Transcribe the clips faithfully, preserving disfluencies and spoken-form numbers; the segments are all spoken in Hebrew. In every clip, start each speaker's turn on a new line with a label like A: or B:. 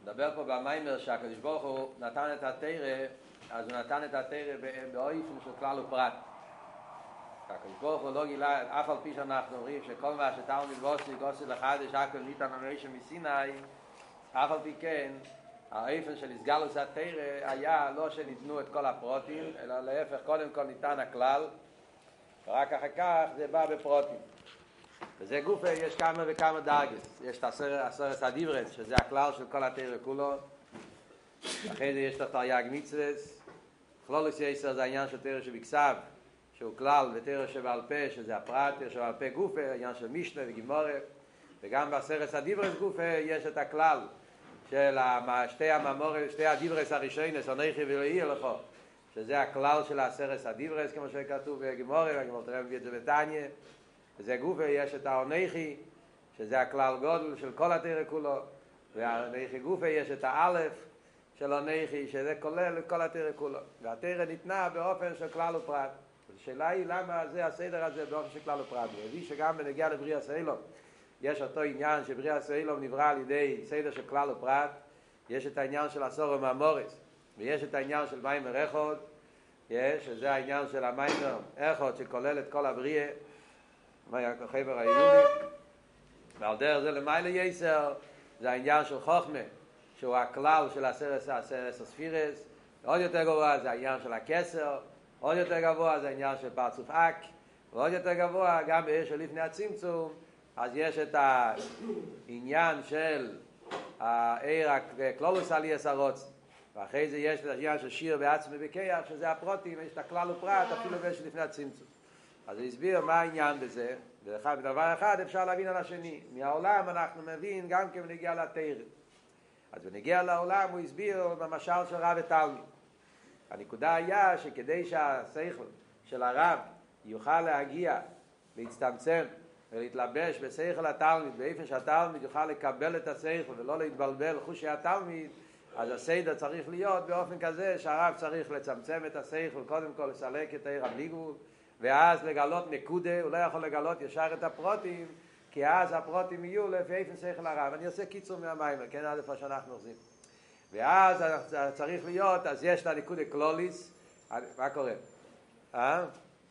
A: מדבר פה במיימר שהקדוש ברוך הוא נתן את התורה, אז הוא נתן את התורה באופן של כלל ופרט. הקדוש ברוך הוא לא גילה, אף על פי שאנחנו אומרים שכל מה שתלמיד ועושה גוסי לחדש הכל ניתן משה מסיני, אף על פי כן האופן של הסגלוס התורה היה לא שניתנו את כל הפרוטים, אלא להפך, קודם כל ניתן הכלל, ורק אחר כך זה בא בפרוטים. וזה גופה, יש כמה וכמה דרגס. יש את עשרת הדיברס, שזה הכלל של כל התורה כולו. אחרי זה יש את התרי"ג מצוות. כלולוס יסר זה העניין של תורה שבכתב, שהוא כלל, ותורה שבעל פה, שזה הפרט, תורה שבעל פה גופה, העניין של משנה וגימורה. וגם בעשרת הדיברס גופה יש את הכלל של שתי המאמור, שתי הדיברס הראשונס, אנכי ולא יהיה לך, שזה הכלל של עשרת הדיברס, כמו שכתוב בגימורה, והגימורה תראה מביא את זה בתניא. וזה גופה יש את האונכי, שזה הכלל גודל של כל התורה כולו, והאונכי גופה יש את האלף של אונכי, שזה כולל את כל התורה כולו. והתורה ניתנה באופן של כלל ופרט. השאלה היא למה זה הסדר הזה באופן של כלל ופרט. והביא שגם בנגיע לבריאת האלוהים, יש אותו עניין שבריאת האלוהים נברא על ידי סדר של כלל ופרט, יש את העניין של עשור ומאמורס, ויש את העניין של מיימר אחד, שזה העניין של המיימר אחד שכולל את כל הבריאה, מה היה חבר היהודי, ועל דרך זה למעלה יסר, זה העניין של חוכמה, שהוא הכלל של עשרת הספירס, עוד יותר גבוה זה העניין של הכסר, עוד יותר גבוה זה העניין של פרצוף אק, ועוד יותר גבוה גם בעיר של לפני הצמצום, אז יש את העניין של העיר הכלולוס עליאס הרוץ, ואחרי זה יש את העניין של שיר בעצמי בכיח, שזה הפרוטים, יש את הכלל ופרט, אפילו בעיר של לפני הצמצום. אז הוא הסביר מה העניין בזה, בדבר אחד אפשר להבין על השני. מהעולם אנחנו מבין גם כן בנגיע לתורה. אז בנגיע לעולם הוא הסביר במשל של רב ותלמיד. הנקודה היה שכדי שהשכל של הרב יוכל להגיע, להצטמצם ולהתלבש בשכל התלמיד, באופן שהתלמיד יוכל לקבל את השכל ולא להתבלבל חושי התלמיד, אז הסדר צריך להיות באופן כזה שהרב צריך לצמצם את השכל, קודם כל לסלק את העיר בלי גבול, ואז לגלות נקודה, הוא לא יכול לגלות ישר את הפרוטים, כי אז הפרוטים יהיו לפי איפן שכל הרב. אני עושה קיצור מהמיימר, כן, עד איפה שאנחנו עושים. ואז צריך להיות, אז יש את הנקודה קלוליס, מה קורה? אה?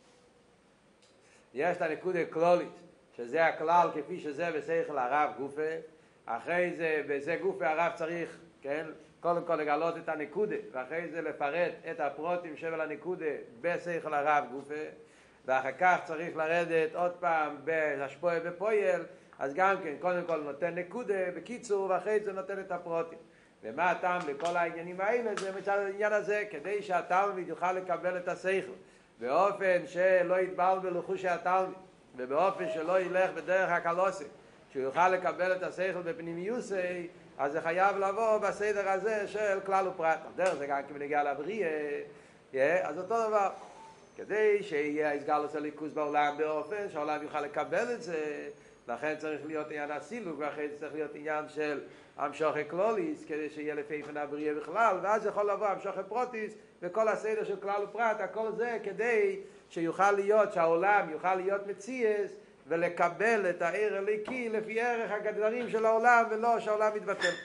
A: יש את הנקודה קלוליס, שזה הכלל כפי שזה בשכל הרב גופה, אחרי זה, בזה גופה הרב צריך, כן, קודם כל לגלות את הנקודה, ואחרי זה לפרט את הפרוטים של הנקודה בשכל הרב גופה, ואחר כך צריך לרדת עוד פעם בהשפוע בפועל, אז גם כן, קודם כל נותן נקודה בקיצור, ואחרי זה נותן את הפרוטים. ומה הטעם לכל העניינים האלה? זה מצד העניין הזה, כדי שהתלמיד יוכל לקבל את השכל, באופן שלא יתבלבל לחושי התלמיד, ובאופן שלא ילך בדרך הקלוסי, שהוא יוכל לקבל את השכל בפנימיוסי, אז זה חייב לבוא בסדר הזה של כלל ופרט. דרך זה גם כבנגיע לבריאה, אז אותו דבר. כדי שיהיה הסגלוס הליכוז בעולם באופן שהעולם יוכל לקבל את זה, לכן צריך להיות עניין הסילוק, ואחרי זה צריך להיות עניין של המשוך קלוליס, כדי שיהיה לפי איפן הבריאה בכלל, ואז יכול לבוא המשוך פרוטיס, וכל הסדר של כלל ופרט, הכל זה כדי שיוכל להיות, שהעולם יוכל להיות מציאס, ולקבל את העיר הליקי לפי ערך הגדרים של העולם, ולא שהעולם מתבטל.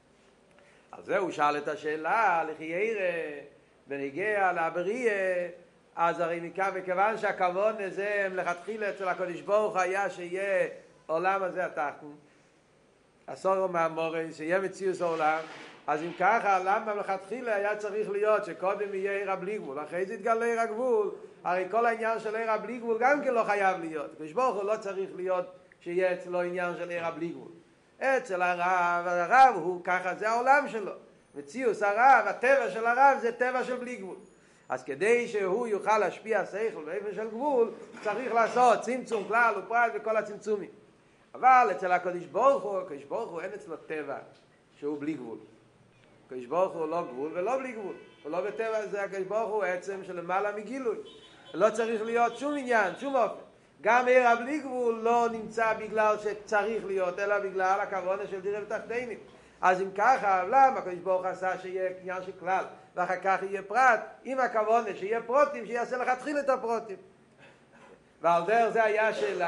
A: על זה הוא שאל את השאלה, לכי עירה, בנגיע לבריאה, אז הרי מכאן, וכיוון שהכוון הזה מלכתחילה אצל הקדוש ברוך הוא היה שיהיה עולם הזה התחתון, עשור מהמורן, שיהיה מציאות העולם, אז אם ככה, למה מלכתחילה היה צריך להיות שקודם יהיה עיר הבלי גבול, אחרי זה יתגלה עיר הגבול, הרי כל העניין של עיר הבלי גבול גם כן לא חייב להיות. הקדוש ברוך הוא לא צריך להיות שיהיה אצלו עניין של עיר הבלי גבול. אצל הרב, הרב הוא ככה, זה העולם שלו. מציאות הרב, הטבע של הרב זה טבע של בלי גבול. אז כדי שהוא יוכל להשפיע שכל באופן של גבול, צריך לעשות צמצום כלל ופרט וכל הצמצומים. אבל אצל הקדוש ברוך הוא, הקדוש ברוך הוא אין אצלו טבע שהוא בלי גבול. הקדוש ברוך הוא לא גבול ולא בלי גבול. הוא לא בטבע, זה הקדוש ברוך הוא עצם של למעלה מגילוי. לא צריך להיות שום עניין, שום אופן. גם עיר הבלי גבול לא נמצא בגלל שצריך להיות, אלא בגלל הכוונה של דירה ותחתינים. אז אם ככה, למה הקדוש ברוך הוא עשה שיהיה עניין של כלל, ואחר כך יהיה פרט, עם הכוונה שיהיה פרוטים, שיעשה לך תחיל את הפרוטים. ועל דרך זה היה שאלה,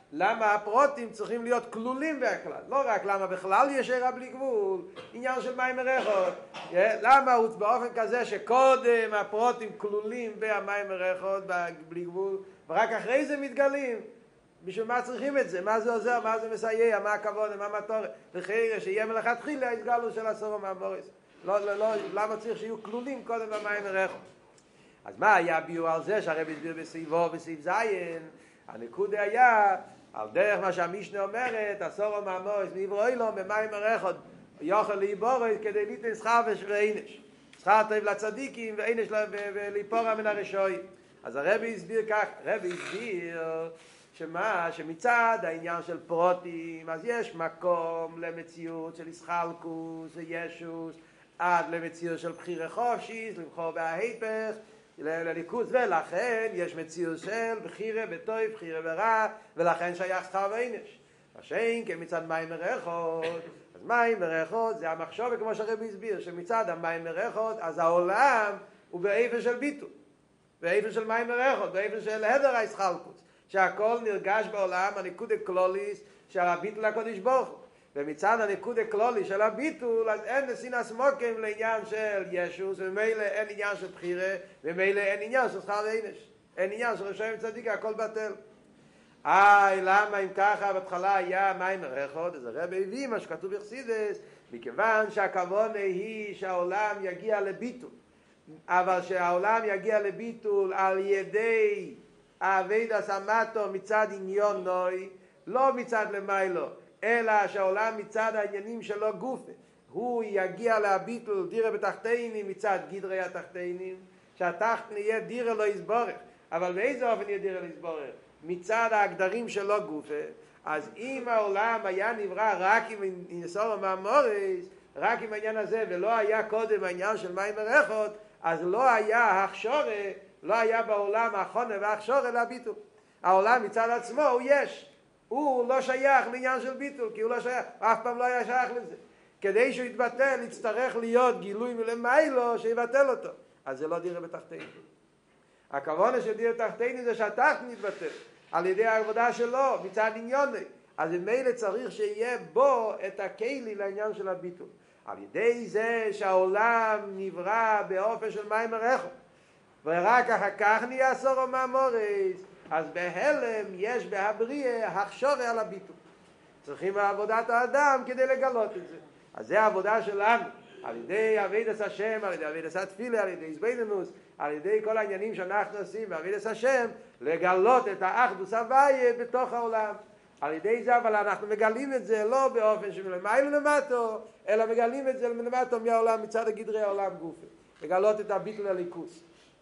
A: למה הפרוטים צריכים להיות כלולים בכלל, לא רק למה בכלל יש עירה בלי גבול, עניין של מים מרחות, למה הוא באופן כזה שקודם הפרוטים כלולים במים מרחות בלי גבול, ורק אחרי זה מתגלים, בשביל מה צריכים את זה, מה זה עוזר, מה זה מסייע, מה הכבוד, מה המטורת, לחייר שיהיה מלכתחילה התגלו של הסורו מהמורס, לא, לא, לא, למה צריך שיהיו כלולים קודם במים מרחות. אז מה היה ביור על זה שהרב הסביר בסעיבו בסעיף זין, הנקודה היה על דרך מה שהמשנה אומרת, הסורו מהמורס נברואי לו במים מרחות יוכל להיבורס כדי ליתן שכר ואינש, שכר טוב לצדיקים ואינש להיפורע מן הרשעים. אז הרב הסביר כך, הרב הסביר שמה, שמצד העניין של פרוטים, אז יש מקום למציאות של ישחלקוס וישוס, עד למציאות של בחירה חופשית, לבחור בהיפך, לליכוז, ולכן יש מציאות של בחירה בטוב, בחירה ברע, ולכן שייך שכר ואינש. השאין כמצד מים מרחות, אז מים מרחות זה המחשוב, כמו שהרב הסביר, שמצד המים מרחות, אז העולם הוא באיפה של ביטול, באיפה של מים מרחות, באיפה של הדר הישחלקוס. שהכל נרגש בעולם, הניקוד הקלוליס של הביטול הקודש ברוך הוא. ומצד הניקוד הקלולי של הביטול, אז אין סינס מוקים לעניין של ישוס, וממילא אין עניין של בחירה, וממילא אין עניין של שכר ואינש. אין עניין של רשעים צדיקה, הכל בטל. איי, למה אם ככה בהתחלה היה מים מרחות, אז הרב הביא מה שכתוב בחסידות, מכיוון שהכוונה היא שהעולם יגיע לביטול. אבל שהעולם יגיע לביטול על ידי העבודת המטו מצד עניון נוי, לא מצד למיילו, אלא שהעולם מצד העניינים שלו גופה, הוא יגיע לביטול דירה בתחתינים מצד גדרי התחתינים, שהתחת נהיה דירה לא יסבורך, אבל באיזה אופן יהיה דירה לא יסבורך? מצד ההגדרים שלו גופה. אז אם העולם היה נברא רק עם נסורו מהמורס, רק עם העניין הזה, ולא היה קודם העניין של מים מרחות, אז לא היה הכשורה, לא היה בעולם החונה והכשורה לביטול. העולם מצד עצמו הוא יש, הוא לא שייך לעניין של ביטול, כי הוא לא שייך, אף פעם לא היה שייך לזה. כדי שהוא יתבטל, יצטרך להיות גילוי מלמיילו שיבטל אותו. אז זה לא דירה בתחתינו. הכוונה של דירה בתחתינו זה שהתחת מתבטל, על ידי העבודה שלו, מצד עניוני. אז ממילא צריך שיהיה בו את הכלי לעניין של הביטול. על ידי זה שהעולם נברא באופן של מים מרחות, ורק אחר כך נהיה סורו מהמורס, אז בהלם יש בהבריאה הכשורה על הביטול. צריכים עבודת האדם כדי לגלות את זה. אז זה העבודה שלנו, על ידי עבודת השם, על ידי עבודת התפילה, על ידי זבנינוס, על ידי כל העניינים שאנחנו עושים בעבודת השם, לגלות את האחדוס הוויה בתוך העולם. על ידי זה, אבל אנחנו מגלים את זה לא באופן שמלמעלה למטו, אלא מגלים את זה למטו מהעולם, מצד הגדרי העולם גופה. לגלות את הביטול הליכוס.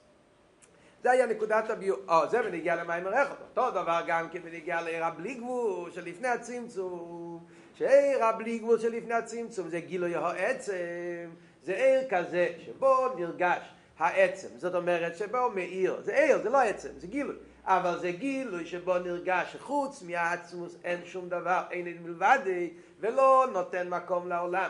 A: זה היה נקודת הביור. או, זה בנגיע למים מרחות. אותו דבר גם כן בנגיע לעירה בלי גבול שלפני הצמצום. שעירה בלי גבול שלפני הצמצום זה גילוי העצם. זה עיר כזה שבו נרגש העצם. זאת אומרת שבו מאיר. זה עיר, זה לא עצם, זה גילוי. אבל זה גילוי שבו נרגש חוץ מהעצמוס אין שום דבר, אין את מלבדי, ולא נותן מקום לעולם.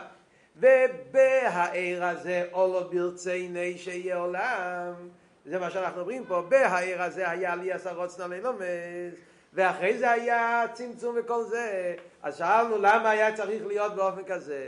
A: ובהעיר הזה אולו ברציני שיהיה עולם. זה מה שאנחנו אומרים פה, בהעיר הזה היה לי עשר רוצנה ללומס, ואחרי זה היה צמצום וכל זה. אז שאלנו למה היה צריך להיות באופן כזה.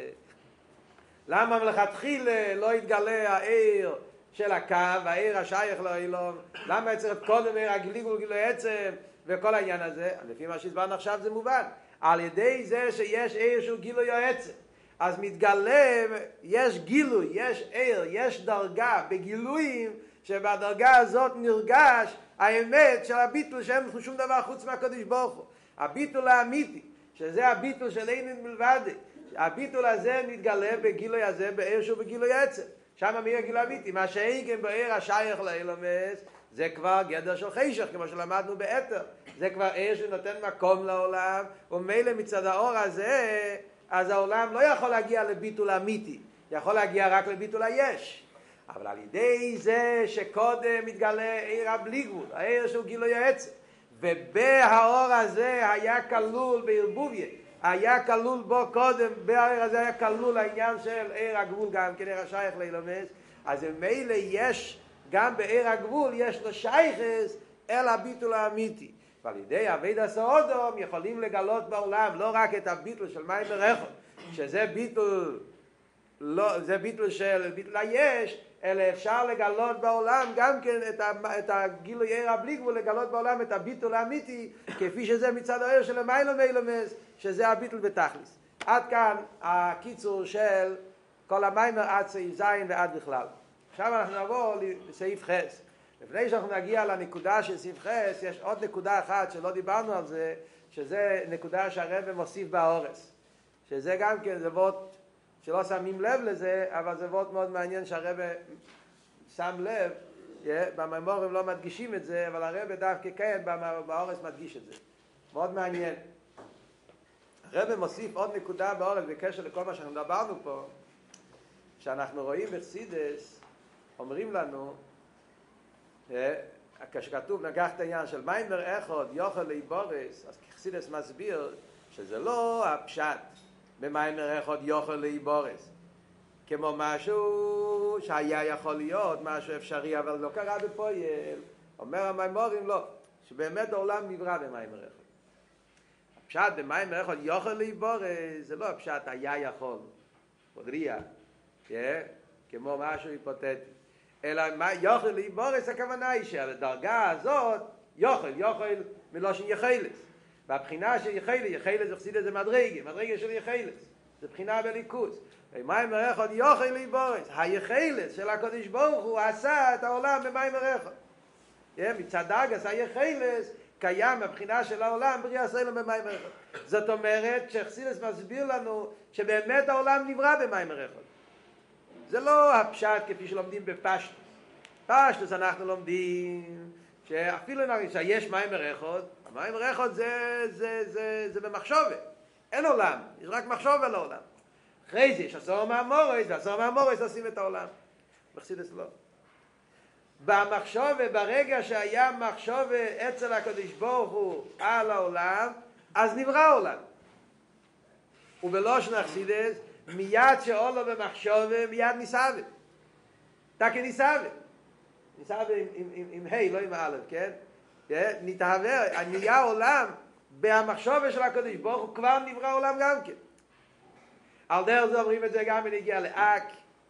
A: למה מלכתחילה לא התגלה העיר של הקו, העיר השייך לאילום, למה צריך קודם העיר הגליגול גילוי עצם וכל העניין הזה? לפי מה שהסברנו עכשיו זה מובן. על ידי זה שיש עיר שהוא גילוי העצם, אז מתגלה, יש גילוי, יש עיר, יש דרגה בגילויים, שבדרגה הזאת נרגש האמת של הביטול שאין שום דבר חוץ מהקדוש ברוך הוא. הביטול האמיתי, שזה הביטול של אין מלבדי, הביטול הזה מתגלה בגילוי הזה, בעיר שהוא בגילוי עצם. שם מי הגילוי האמיתי? מה שאין בעיר השייך לאילומס, זה כבר גדר של חשך, כמו שלמדנו באתר. זה כבר עיר שנותן מקום לעולם, ומילא מצד האור הזה, אז העולם לא יכול להגיע לביטול אמיתי, יכול להגיע רק לביטול היש. אבל על ידי זה שקודם מתגלה עיר הבלי גבול, העיר שהוא גילוי העצם, ובהאור הזה היה כלול בערבוביה, היה כלול בו קודם, בעיר הזה היה כלול העניין של עיר הגבול גם כן עיר השייך לאילומס, אז מילא יש, גם בעיר הגבול יש לו שייכס אל הביטול האמיתי. ועל ידי עבודת האדם יכולים לגלות בעולם לא רק את הביטול של מיימר אחד, שזה ביטול, לא, זה ביטול של ביטול היש, אלא אפשר לגלות בעולם גם כן את, ה, את הגילוי עיר הבלי גבול, לגלות בעולם את הביטול האמיתי, כפי שזה מצד העיר של המיילו מיילומס, שזה הביטול בתכלס. עד כאן הקיצור של כל המיימר עד סעיף זין ועד בכלל. עכשיו אנחנו נעבור לסעיף חס. לפני שאנחנו נגיע לנקודה של סעיף חס, יש עוד נקודה אחת שלא דיברנו על זה, שזה נקודה שהרב מוסיף באורס. שזה גם כן, זה וורט שלא שמים לב לזה, אבל זה וורט מאוד מעניין שהרב שם לב, בממורים לא מדגישים את זה, אבל הרב דווקא כן באורס מדגיש את זה. מאוד מעניין. הרב מוסיף עוד נקודה באורס בקשר לכל מה שאנחנו דיברנו פה, שאנחנו רואים בחסידס, אומרים לנו, כשכתוב נגח את העניין של מיימר אחד יוכל להיבורס, אז חסידס מסביר שזה לא הפשט במיימר אחד יוכל להיבורס, כמו משהו שהיה יכול להיות, משהו אפשרי אבל לא קרה בפועל. אומר המיימורים לא, שבאמת העולם נברא במיימר אחד. הפשט במיימר אחד יוכל להיבורס זה לא הפשט היה יכול, פודריה, כמו משהו היפותטי, אלא יוכל להיבורס הכוונה היא שהדרגה הזאת יוכל, יוכל מלושן יחילס. והבחינה של יחילס, יחילס חסידס זה מדרגה, מדרגה של יחילס. זה בחינה בליכוז. במיימר אחד יוכל להיבורס. היחילס של הקדוש ברוך הוא עשה את העולם במיימר אחד. מצד דרגס היחילס קיים הבחינה של העולם בריאה סלם במיימר אחד. זאת אומרת שחסידס מסביר לנו שבאמת העולם נברא במיימר אחד. זה לא הפשט כפי שלומדים בפשטוס. פשטוס אנחנו לומדים שאפילו נגיד שיש מיימר אחד, המיימר אחד זה, זה, זה, זה במחשבה. אין עולם, יש רק מחשבה לעולם. אחרי זה יש עשור מהמורס, ועשור מהמורס עושים את העולם. בחסידס לא. במחשבה, ברגע שהיה מחשבה אצל הקדוש ברוך הוא על העולם, אז נברא העולם. ובלושן החסידס, מיד שעולו במחשבה, מיד ניסאווה. תקי ניסאווה. ניסאווה עם, עם, עם, עם ה', לא עם האלף, כן? נתהווה, נהיה עולם, במחשבה של הקדוש ברוך הוא כבר נברא עולם גם כן. על דרך זה אומרים את זה גם בנגיע לאק,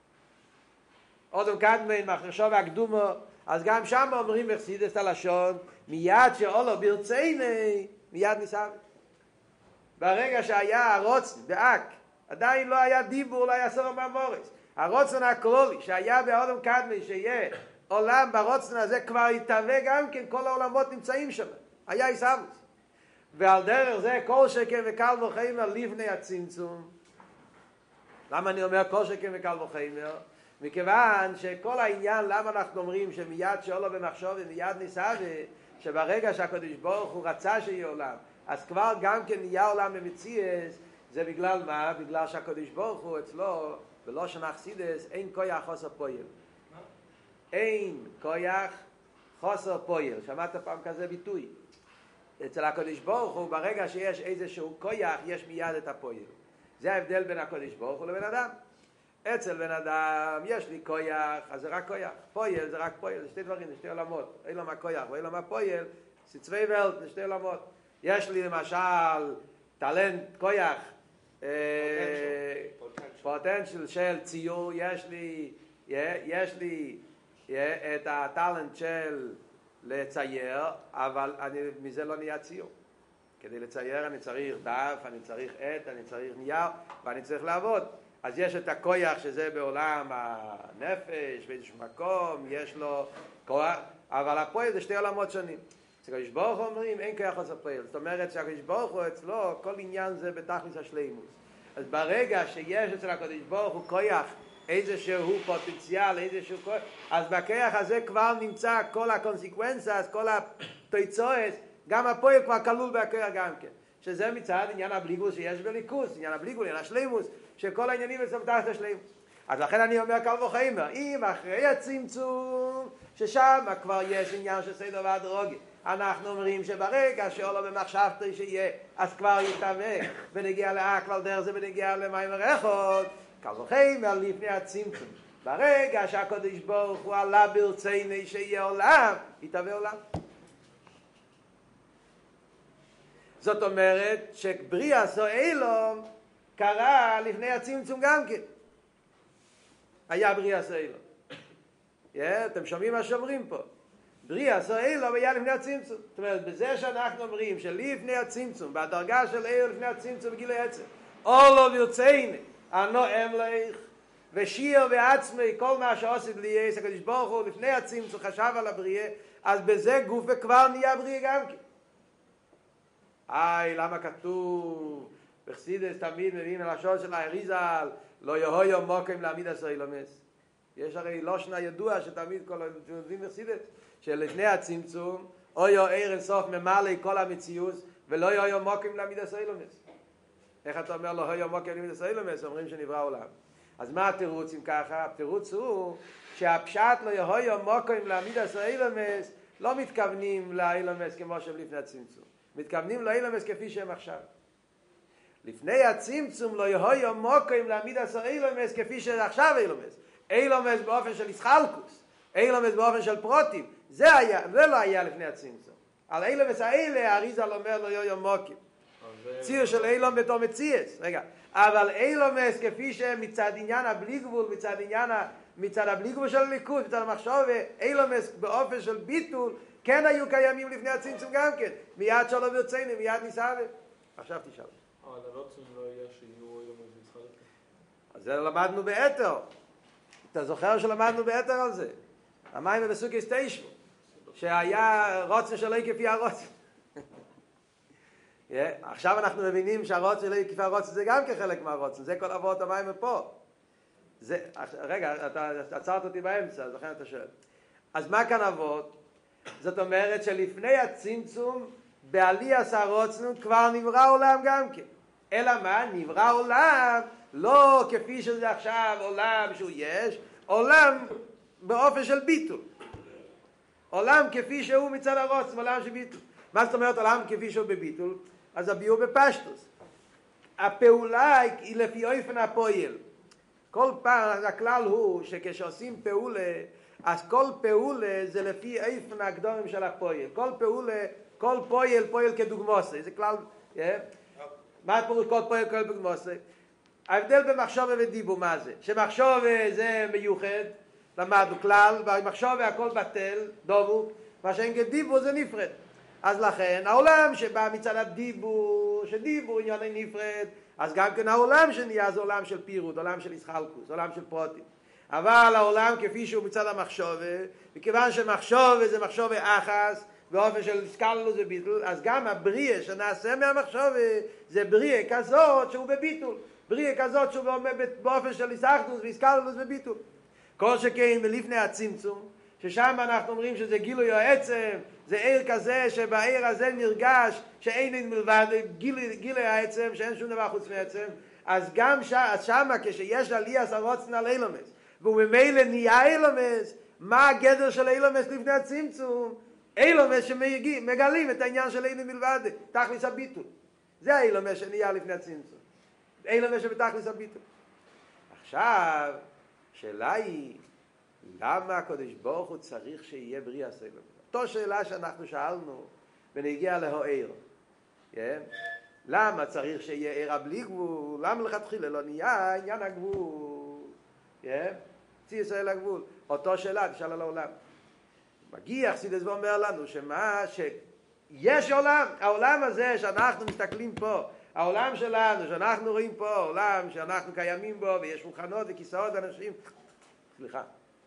A: אודם קדמן, מחשבה הקדומו, אז גם שם אומרים בחסידס את הלשון, מיד שעולו ברציני, מיד ניסאווה. ברגע שהיה הרוצן, באק, עדיין לא היה דיבור, לא היה סור מהמורס. הרוצן הכלולי שהיה באודם קדמי, שיהיה עולם ברוצן הזה, כבר יתהווה גם כן, כל העולמות נמצאים שם. היה איסאוויס. ועל דרך זה כל שכן וקל וחומר לפני הצמצום. למה אני אומר כל שכן וקל וחומר? מכיוון שכל העניין, למה אנחנו אומרים שמיד שעולו במחשוב ומיד ניסאווה, שברגע שהקדוש ברוך הוא רצה שיהיה עולם, אז כבר גם כן נהיה עולם במציאות. זה בגלל מה? בגלל שהקדוש ברוך הוא אצלו, בלושן החסידס, אין כוח חוסר פועל. אין כוח חוסר פועל. שמעת פעם כזה ביטוי? אצל הקדוש ברוך הוא, ברגע שיש איזשהו כוח, יש מיד את הפועל. זה ההבדל בין הקדוש ברוך הוא לבן אדם. אצל בן אדם יש לי כוח, אז זה רק כוח. פועל זה רק פועל, זה שתי דברים, זה שתי עולמות. אין לו מה כוח ואין לו מה פועל, זה צווי ולט, זה שתי עולמות. יש לי למשל טלנט, כוח, פוטנציאל של ציור, יש לי, יש לי את הטלנט של לצייר, אבל אני, מזה לא נהיה ציור. כדי לצייר אני צריך דף, אני צריך עט, אני צריך נייר, ואני צריך לעבוד. אז יש את הכוח שזה בעולם הנפש, באיזשהו מקום, יש לו כוח, אבל הפועל זה שתי עולמות שונים. כשהקדוש ברוך הוא אומרים אין כוח חוסר פועל. זאת אומרת שהקדוש ברוך הוא אצלו כל עניין זה בתכלס השלימות. אז ברגע שיש אצל הקדוש ברוך הוא כוח, איזשהו פוטנציאל, איזשהו כוח, אז בכוח הזה כבר נמצא כל הקונסקוונציות, כל התוצאות, גם הפועל כבר כלול בכוח גם כן. שזה מצד עניין הבליגוס שיש בליכוס, עניין הבליגוס, עניין השלימוס, שכל העניינים אצלם תחת השלימות. אז לכן אני אומר קל וחומר, אם אחרי הצמצום, ששם כבר יש עניין של סדר והדרוגים, אנחנו אומרים שברגע שעולה במחשבתי שיהיה, אז כבר יתהווה, ונגיע לאק, כבר דרך זה ונגיע למיימר אחד, קל וחומר לפני הצמצום. ברגע שהקדוש ברוך הוא עלה ברציני שיהיה עולם, יתהווה עולם. זאת אומרת שבריאס או אילום קרה לפני הצמצום גם כן. היה בריאס או אילום. Yeah, אתם שומעים מה שאומרים פה. בריאס או אילום היה לפני הצמצום. זאת אומרת, בזה שאנחנו אומרים שלפני הצמצום, בדרגה של אילום לפני הצמצום בגיל העצם, אולו וירצייני, אנו אמלך, ושיר ועצמי, כל מה שעושה לי יש, הקדוש ברוך הוא לפני הצמצום חשב על הבריאה, אז בזה גוף וכבר נהיה בריאה גם כן. איי, למה כתוב, בחסידס תמיד מביאים על השור של האריזל, לא יהיו מוקם להעמיד עשר אילומס. יש הרי לושנה ידוע שתמיד כל הדברים בחסידס, שלפני הצמצום, אוי או עיר אינסוף ממלא כל המציאות, ולא יהיו מוקם להעמיד עשר אילומס. איך אתה אומר לא יהיו מוקם להעמיד עשר אילומס? אומרים שנברא עולם. אז מה התירוץ אם ככה? התירוץ הוא שהפשט לא יהיו מוקם להעמיד עשר אילומס, לא מתכוונים לאילומס כמו שהם לפני הצמצום. מתכוונים לאילומס כפי שהם עכשיו. לפני הצמצום לא יהיו מוקם להעמיד עשר אילומס כפי שעכשיו אילומס. אילומס באופן של ישחלקוס, אילומס באופן של פרוטים. זה היה, זה לא היה לפני הצמצום. על אילומס האלה האריזל אומר לא יהיו מוקם. ציר של אילום בתור מציאס. רגע. אבל אילומס כפי שהם מצד עניין הבלי גבול, מצד עניין, מצד הבלי גבול של הליכוד, מצד המחשוב, אילומס באופן של ביטול, כן היו קיימים לפני הצמצום גם כן. מיד שלום ורצינו, מיד ניסהווה. עכשיו תשאל.
B: אבל הרצון לא היה שיהיו אילומס וישחלקוס.
A: אז זה למדנו באתר. אתה זוכר שלמדנו באתר על זה? המים בסוכי סטיישו. שהיה רוצן שלא כפי הרוצן. Yeah, עכשיו אנחנו מבינים שהרוץ שלא כפי הרוצן זה גם כחלק מהרוצן, זה כל עבורת המים פה. זה, רגע, אתה עצרת אותי באמצע, אז לכן אתה שואל. אז מה כאן עבוד? זאת אומרת שלפני הצמצום, בעליית הרוצן כבר נברא עולם גם כן. אלא מה? נברא עולם, לא כפי שזה עכשיו עולם שהוא יש, עולם באופן של ביטול. עולם כפי שהוא מצד הרוצן, עולם של ביטול. מה זאת אומרת עולם כפי שהוא בביטול? אז הביאו בפשטוס. הפעולה היא לפי אופן הפועל. כל פעם, הכלל הוא שכשעושים פעולה, אז כל פעולה זה לפי אופן הקדומים של הפועל. כל פעולה, כל פועל, פועל כדוגמוסי. זה כלל, yeah. מה הפירוש כל פועל, כל דוגמוסי? ההבדל במחשבה ודיבור, מה זה? שמחשבה זה מיוחד, למדנו כלל, במחשבה הכל בטל, דובו, מה שאין כדיבור זה נפרד. אז לכן העולם שבא מצד הדיבור, שדיבור עניין נפרד, אז גם כן העולם שנהיה זה עולם של פירוט, עולם של ישחלקוס, עולם של פרוטים. אבל העולם כפי שהוא מצד המחשבה, וכיוון שמחשבה זה מחשבה אחס, באופן של סקלוס וביטול, אז גם הבריאה שנעשה מהמחשבה זה בריאה כזאת שהוא בביטול, בריאה כזאת שהוא באופן של ישחלקוס וסקלוס וביטול. כל שכן מלפני הצמצום, ששם אנחנו אומרים שזה גילוי העצם, זה עיר כזה שבעיר הזה נרגש שאין מלבד גילוי, גילוי העצם, שאין שום דבר חוץ מעצם. אז גם ש... אז שמה כשיש עליית הרוצן על אילומס, והוא ממילא נהיה אילומס, מה הגדר של אילומס לפני הצמצום? אילומס שמגלים את העניין של אין מלבד, תכלס הביטול. זה האילומס שנהיה לפני הצמצום. אילומס שבתכלס הביטול. עכשיו, שאלה היא, למה הקדוש ברוך הוא צריך שיהיה בריאה סבב? אותו שאלה שאנחנו שאלנו ונגיע להוער. Yeah. למה צריך שיהיה ערה בלי גבול? למה לכתחילה לא נהיה עניין הגבול? Yeah. צי ישראל הגבול. אותו שאלה, תשאל על העולם. מגיע חסידס ואומר לנו שמה, שיש עולם, העולם הזה שאנחנו מסתכלים פה, העולם שלנו שאנחנו רואים פה, העולם שאנחנו קיימים בו ויש שולחנות וכיסאות אנשים, סליחה.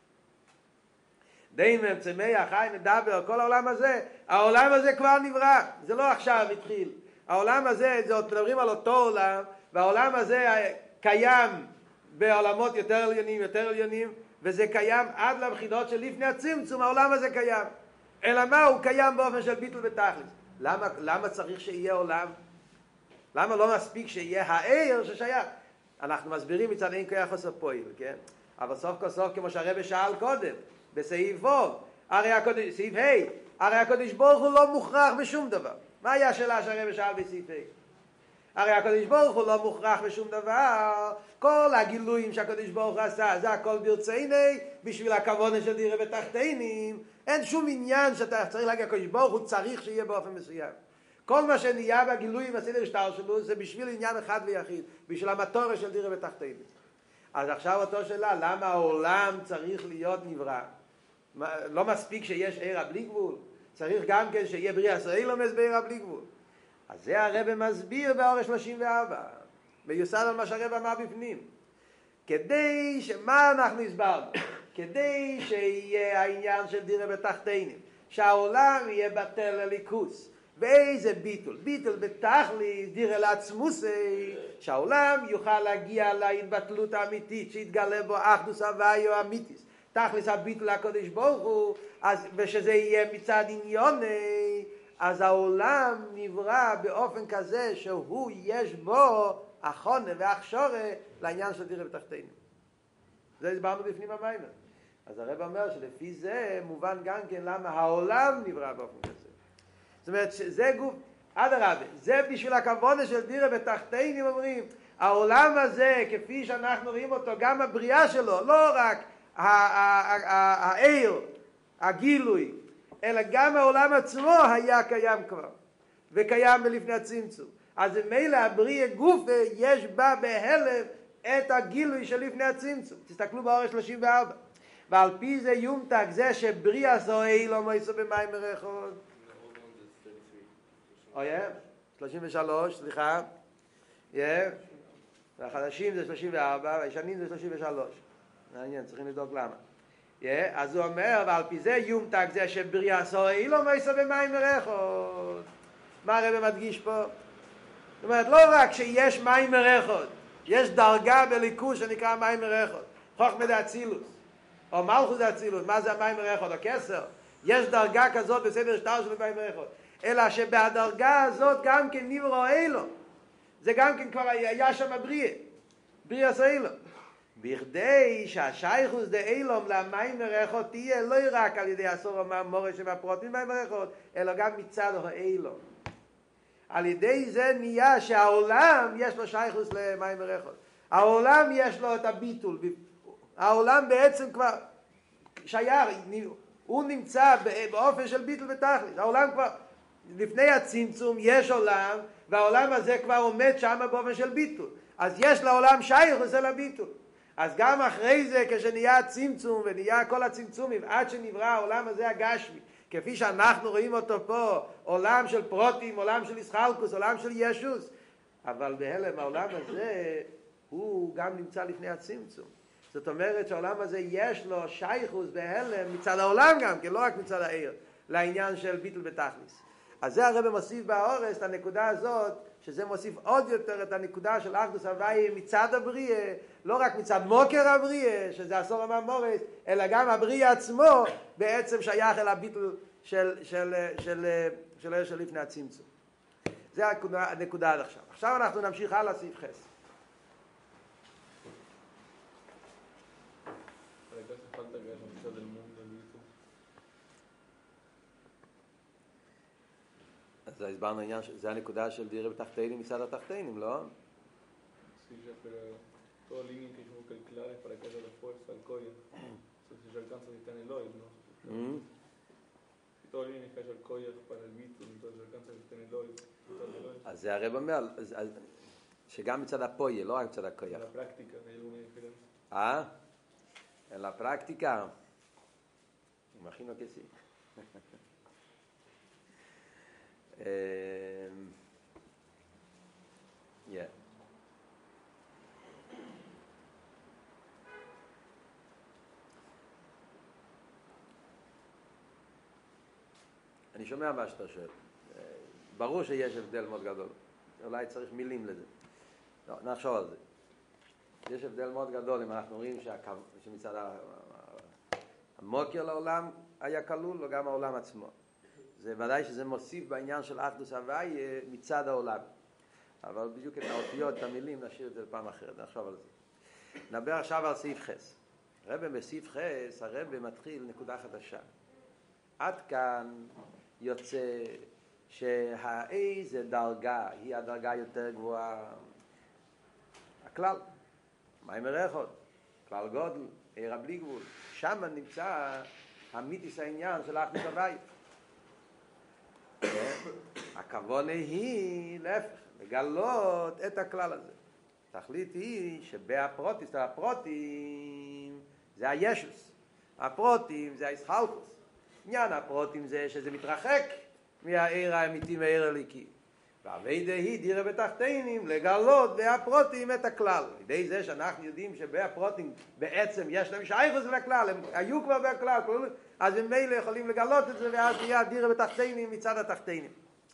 A: דיימם, צמח, חי, מדבר, כל העולם הזה, העולם הזה כבר נברא, זה לא עכשיו התחיל. העולם הזה, זה עוד מדברים על אותו עולם, והעולם הזה קיים בעולמות יותר עליונים, יותר עליונים, וזה קיים עד לבחינות של לפני הצמצום, העולם הזה קיים. אלא מה? הוא קיים באופן של ביטול ותכלס. למה, למה צריך שיהיה עולם? למה לא מספיק שיהיה העיר ששייך? אנחנו מסבירים מצד אין כוח עושה פועל, כן? אבל סוף כל סוף, כמו שהרבא שאל קודם, בסעיף ווב, הרי הקודש, סעיף ה', הרי הקודש ברוך הוא לא מוכרח בשום דבר. מה היה השאלה שהרבא שאל בסעיף ה'? הרי הקודש ברוך הוא לא מוכרח בשום דבר. כל הגילויים שהקודש ברוך הוא עשה, זה הכל ברצייני, בשביל הכוונה של דירה בתחתינים. אין שום עניין שאתה צריך להגיד, הקודש ברוך הוא צריך שיהיה באופן מסוים.
C: כל מה שנהיה בגילוי בסדר השטר שלו זה בשביל עניין אחד ויחיד, בשביל המטורה של דירה בתחתינו. אז עכשיו אותו שאלה, למה העולם צריך להיות נברא? לא מספיק שיש עיר בלי גבול, צריך גם כן שיהיה בריאה סוילומס בעיר בלי גבול. אז זה הרב מסביר באור שלושים וארבע, מיוסד על מה שהרב אמר בפנים. כדי שמה אנחנו הסברנו? כדי שיהיה העניין של דירה בתחתינים, שהעולם יהיה בטל לליכוס. ואיזה ביטול? ביטול בתכלית דירה לעצמוסי, שהעולם יוכל להגיע להתבטלות האמיתית, שיתגלה בו אחדוס הוויו אמיתיס. תכלס הביטול הקדוש ברוך הוא, אז, ושזה יהיה מצד עניוני, אז העולם נברא באופן כזה שהוא יש בו החונה והכשורה לעניין של דירה בתחתינים. זה הסברנו בפנים המיימר. אז הרב אומר שלפי זה מובן גם כן למה העולם נברא באופן כזה. זאת אומרת שזה גוף, עד הרבה, זה בשביל הכוונה של דירה בתחתינים אומרים, העולם הזה כפי שאנחנו רואים אותו, גם הבריאה שלו, לא רק העיר, הגילוי, אלא גם העולם עצמו היה קיים כבר, וקיים בלפני הצמצום. אז מילא הבריאה גוף יש בה בהלם את הגילוי של לפני הצמצום. תסתכלו באור שלושים וארבע. ועל פי זה יומתק, זה שבריאה זוהי לא מויסו במים מרחוד. אוי, שלושים ושלוש, סליחה. והחדשים זה שלושים וארבע, והישנים זה שלושים ושלוש. מעניין, צריכים לבדוק למה. אז הוא אומר, ועל פי זה יומתק, זה שבריאה זוהי לא מויסו במים מרחוד. מה הרב מדגיש פה? זאת אומרת, לא רק שיש מים מרחוד, יש דרגה בליכוז שנקרא מים מרחוד. חוכמה דאצילוס, או מלכות דאצילוס, מה זה המים מרחוד? הכסר. יש דרגה כזאת בסדר שטר של מים מרחוד. אלא שבהדרגה הזאת גם כן נברא אילו. זה גם כן כבר היה שם בריאה. בריאה סאילו. בכדי שהשייכוס דאילום למים מרחוד תהיה לא רק על ידי הסור המורש והפרוטים מים מרחוד, אלא גם מצד האילום. על ידי זה נהיה שהעולם יש לו שייכוס למים מרחוד. העולם יש לו את הביטול. העולם בעצם כבר שייך, הוא נמצא באופן של ביטול בתכלית. העולם כבר, לפני הצמצום יש עולם, והעולם הזה כבר עומד שם באופן של ביטול. אז יש לעולם שייכוס אל הביטול. אז גם אחרי זה, כשנהיה הצמצום ונהיה כל הצמצומים, עד שנברא העולם הזה הגשמי, כפי שאנחנו רואים אותו פה, עולם של פרוטים, עולם של ישחלקוס, עולם של ישוס, אבל בהלם העולם הזה הוא גם נמצא לפני הצמצום. זאת אומרת שהעולם הזה יש לו שייכוס בהלם מצד העולם גם, כן, לא רק מצד העיר, לעניין של ביטל בתכליס. אז זה הרב מוסיף באורס את הנקודה הזאת, שזה מוסיף עוד יותר את הנקודה של אחדוס הוויה מצד הבריאה, לא רק מצד מוקר הבריאה, שזה הסור המאמורס, אלא גם הבריאה עצמו בעצם שייך אל הביטל של, של, של, של, של לפני הצמצום. זה הנקודה, הנקודה עד עכשיו. עכשיו אנחנו נמשיך הלאה סעיף חס. אז הסברנו עניין, זה הנקודה של דירה בתחתינים מצד התחתינים, לא?
B: Sí, ya, pero toda línea que yo calcular es para que haya la fuerza al coyo. Entonces si yo alcanzo si está en el hoyo, ¿no? Si toda línea que haya el coyo para el bito, entonces yo alcanzo si está en el hoyo.
C: אז זה הרב אומר, שגם מצד הפויה, לא רק מצד הכויח.
B: En la práctica hay alguna diferencia.
C: אה? En la práctica, imagino que sí. eh, yeah. אני שומע מה שאתה שואל. ברור שיש הבדל מאוד גדול. אולי צריך מילים לזה. לא, נחשוב על זה. יש הבדל מאוד גדול אם אנחנו רואים שהקו, שמצד המוקר לעולם היה כלול, וגם העולם עצמו. זה ודאי שזה מוסיף בעניין של אחדוס הוויה מצד העולם. אבל בדיוק את האותיות, את המילים, נשאיר את זה לפעם אחרת. נחשוב על זה. נדבר עכשיו על סעיף חס. הרב בסעיף חס, הרב מתחיל נקודה חדשה. עד כאן יוצא שהאיזה דרגה היא הדרגה יותר גבוהה. הכלל, מים מרחוד, כלל גודל, עיר בלי גבול. שם נמצא המיתיס העניין של אחדוס הוויה. הכוונה היא להפך, לגלות את הכלל הזה. התכלית היא שבהפרוטיס, הפרוטים זה הישוס, הפרוטים זה הישחלקוס. עניין הפרוטים זה שזה מתרחק מהעיר האמיתי, מהעיר הליקי. והעבודה היא דירה בתחתינים, לגלות בהפרוטים את הכלל. לידי זה שאנחנו יודעים שבהפרוטים בעצם יש להם שייכות לכלל, הם היו כבר בכלל, אז הם מילא יכולים לגלות את זה, ואז נהיה דירה בתחתינים מצד התחתינים.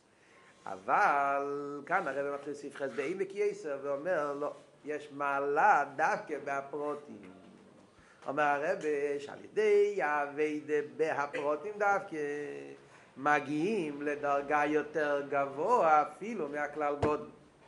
C: אבל כאן הרב מתחיל סעיף חס באי מקייסר ואומר לא, יש מעלה דווקא בהפרוטים. אומר הרב שעל ידי העבודה בהפרוטים דווקא מגיעים לדרגה יותר גבוה אפילו מהכלל גודל.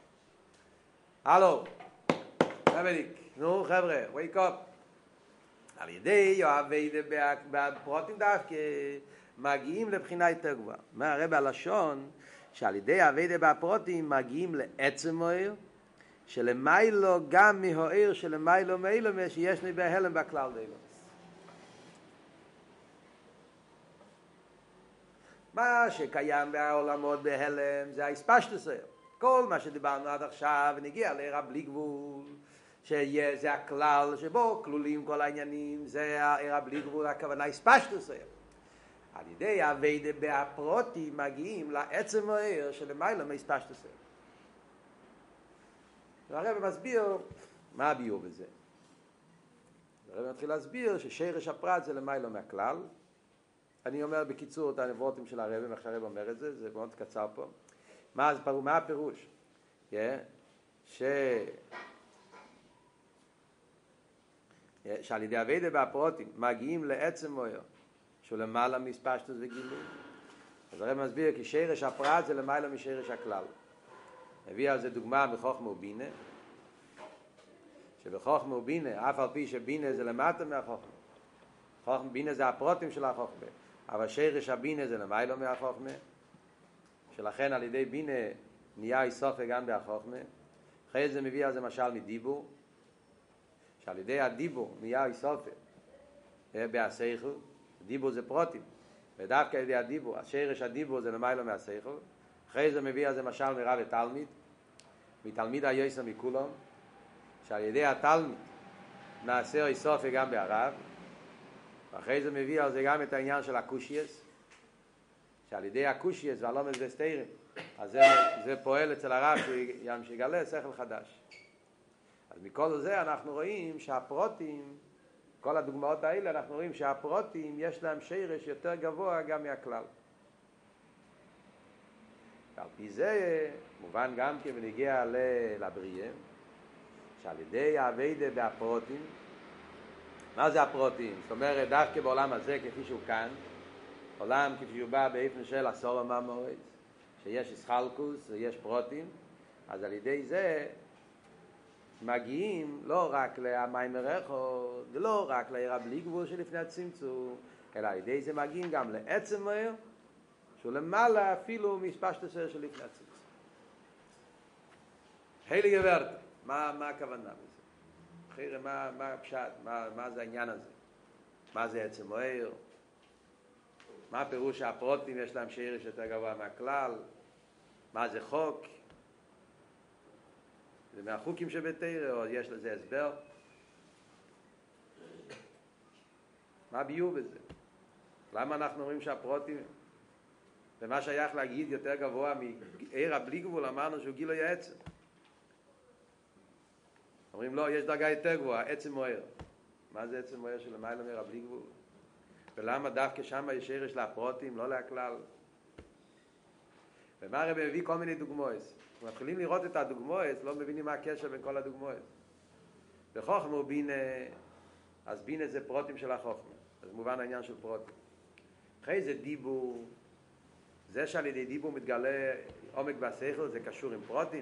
C: הלו, רבניק, נו חבר'ה, wake up. על ידי העבודה בהפרוטים דווקא מגיעים לבחינה יותר גבוהה. אומר הרב הלשון שעל ידי העבודה בהפרוטים מגיעים לעצם העיר, שלמיילו גם מהעיר שלמיילו מאילו שיש לי בהלם בכלל דילו. מה שקיים בעולמות בהלם זה ההספשטוס העיר. כל מה שדיברנו עד עכשיו ונגיע לעיר הבלי גבול, שזה הכלל שבו כלולים כל העניינים, זה העיר הבלי גבול, הכוונה הספשטוס העיר. על ידי העבודה בהפרוטים מגיעים לעצם העיר שלמיילו מהספשטוס העיר. והרב מסביר מה הביאור בזה. הרב מתחיל להסביר ששרש הפרט זה למיילו מהכלל. אני אומר בקיצור את הנבואות של הרב, איך שהרב אומר את זה, זה מאוד קצר פה. מה, מה הפירוש? Yeah, ש... yeah, שעל ידי העבודה בהפרוטים מגיעים לעצם העיר שלמעלה מספשטוס וגילוי. אז הרב מסביר כי שרש הפרט זה למיילו משרש הכלל. הביא על זה דוגמה בחוכמה ובינה, שבחוכמה ובינה, אף על פי שבינה זה למטה מהחוכמה, חוכמה, בינה זה הפרוטים של החוכמה, אבל שרש הבינה זה למיילו מהחוכמה, שלכן על ידי בינה נהיה איסופה גם בהחוכמה. אחרי זה מביא על זה משל מדיבור, שעל ידי הדיבור נהיה איסופה בהסייכל, דיבור זה פרוטים, ודווקא על ידי הדיבור, השרש הדיבור זה למיילו מהסייכל. אחרי זה מביא על זה משל מרב ותלמיד, מתלמיד היוסר מכולם, שעל ידי התלמיד נעשה איסופה גם בהרב. ואחרי זה מביא על זה גם את העניין של הקושייס, שעל ידי הקושייס והלומד וסתירים, אז זה, זה פועל אצל הרב שיגלה שכל חדש. אז מכל זה אנחנו רואים שהפרוטים, כל הדוגמאות האלה, אנחנו רואים שהפרוטים יש להם שרש יותר גבוה גם מהכלל. על פי זה מובן גם כן ונגיע לבריאה, שעל ידי העבודה בהפרוטים, מה זה הפרוטים? זאת אומרת, דווקא בעולם הזה כפי שהוא כאן, עולם כפי שהוא בא באופן של עשור המאמורס, שיש ישחלקוס ויש פרוטים, אז על ידי זה מגיעים לא רק למים מרחוב, ולא רק לעיר הבלי גבול שלפני הצמצום, אלא על ידי זה מגיעים גם לעצם העיר, שהוא למעלה אפילו מספשטוס העיר של לפני הצמצום. heilige גברט, מה, מה הכוונה בזה? אחרי מה, מה הפשט, מה, מה זה העניין הזה? מה זה עצם העיר? מה הפירוש שהפרוטים יש להם שרש יותר גבוה מהכלל? מה זה חוק? זה מהחוקים שבתורה, או יש לזה הסבר? מה ביור בזה? למה אנחנו אומרים שהפרוטים, ומה שייך להגיד יותר גבוה מעיר הבלי גבול, אמרנו שהוא גילוי העצם. אומרים לא, יש דרגה יותר גבוהה, עצם מוער. מה זה עצם מוער של למעלה מעיר הבלי גבול? ולמה דווקא שם יש שרש להפרוטים, לא להכלל? ומה הרב מביא כל מיני דוגמאות. מתחילים לראות את הדוגמאות, לא מבינים מה הקשר בין כל הדוגמאות. בחוכמה ובינה, אז בינה זה פרוטים של החוכמה. אז מובן העניין של פרוטים. אחרי זה דיבור, זה שעל ידי דיבור מתגלה עומק בשכל, זה קשור עם פרוטים?